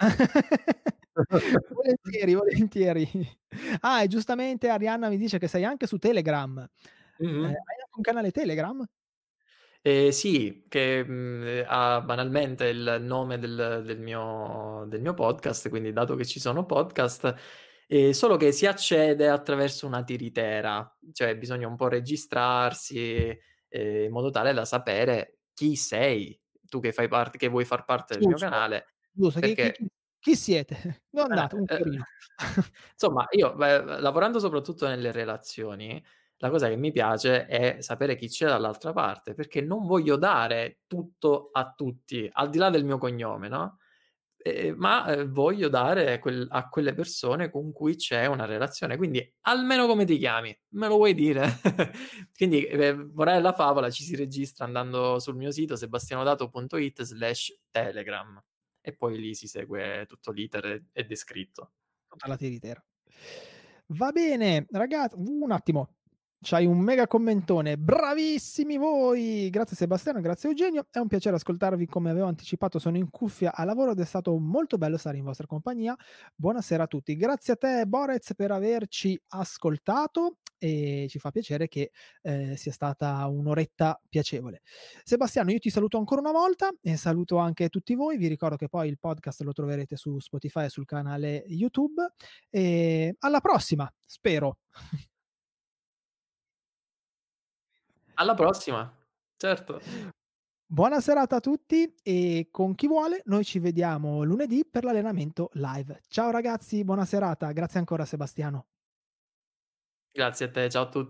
Volentieri, volentieri. Ah, e giustamente Arianna mi dice che sei anche su Telegram. Mh-mh. Hai anche un canale Telegram? Sì, che, ha banalmente il nome del mio podcast, quindi Dato che ci sono podcast, solo che si accede attraverso una tiritera, cioè bisogna un po' registrarsi, in modo tale da sapere chi sei, tu che vuoi far parte del mio Giusto, canale, giusto. Chi chi perché chi chi siete? Dove eh, andate? Un eh, fiorino. insomma io, beh, lavorando soprattutto nelle relazioni, la cosa che mi piace è sapere chi c'è dall'altra parte, perché non voglio dare tutto a tutti, al di là del mio cognome, no, ma, voglio dare a quelle persone con cui c'è una relazione. Quindi: "Almeno come ti chiami? Me lo vuoi dire?" Quindi, morale della favola, ci si registra andando sul mio sito sebastianodato.it/telegram, e poi lì si segue tutto l'iter, è descritto. Tutta la tiritera. Va bene, un attimo. C'hai un mega commentone. Bravissimi voi! Grazie Sebastiano, grazie Eugenio. È un piacere ascoltarvi. Come avevo anticipato, sono in cuffia a lavoro ed è stato molto bello stare in vostra compagnia. Buonasera a tutti. Grazie a te Borez per averci ascoltato, e ci fa piacere che sia stata un'oretta piacevole. Sebastiano, io ti saluto ancora una volta e saluto anche tutti voi. Vi ricordo che poi il podcast lo troverete su Spotify e sul canale YouTube. E alla prossima, spero. Alla prossima, certo. Buona serata a tutti, e con chi vuole noi ci vediamo lunedì per l'allenamento live. Ciao ragazzi, buona serata. Grazie ancora Sebastiano. Grazie a te, ciao a tu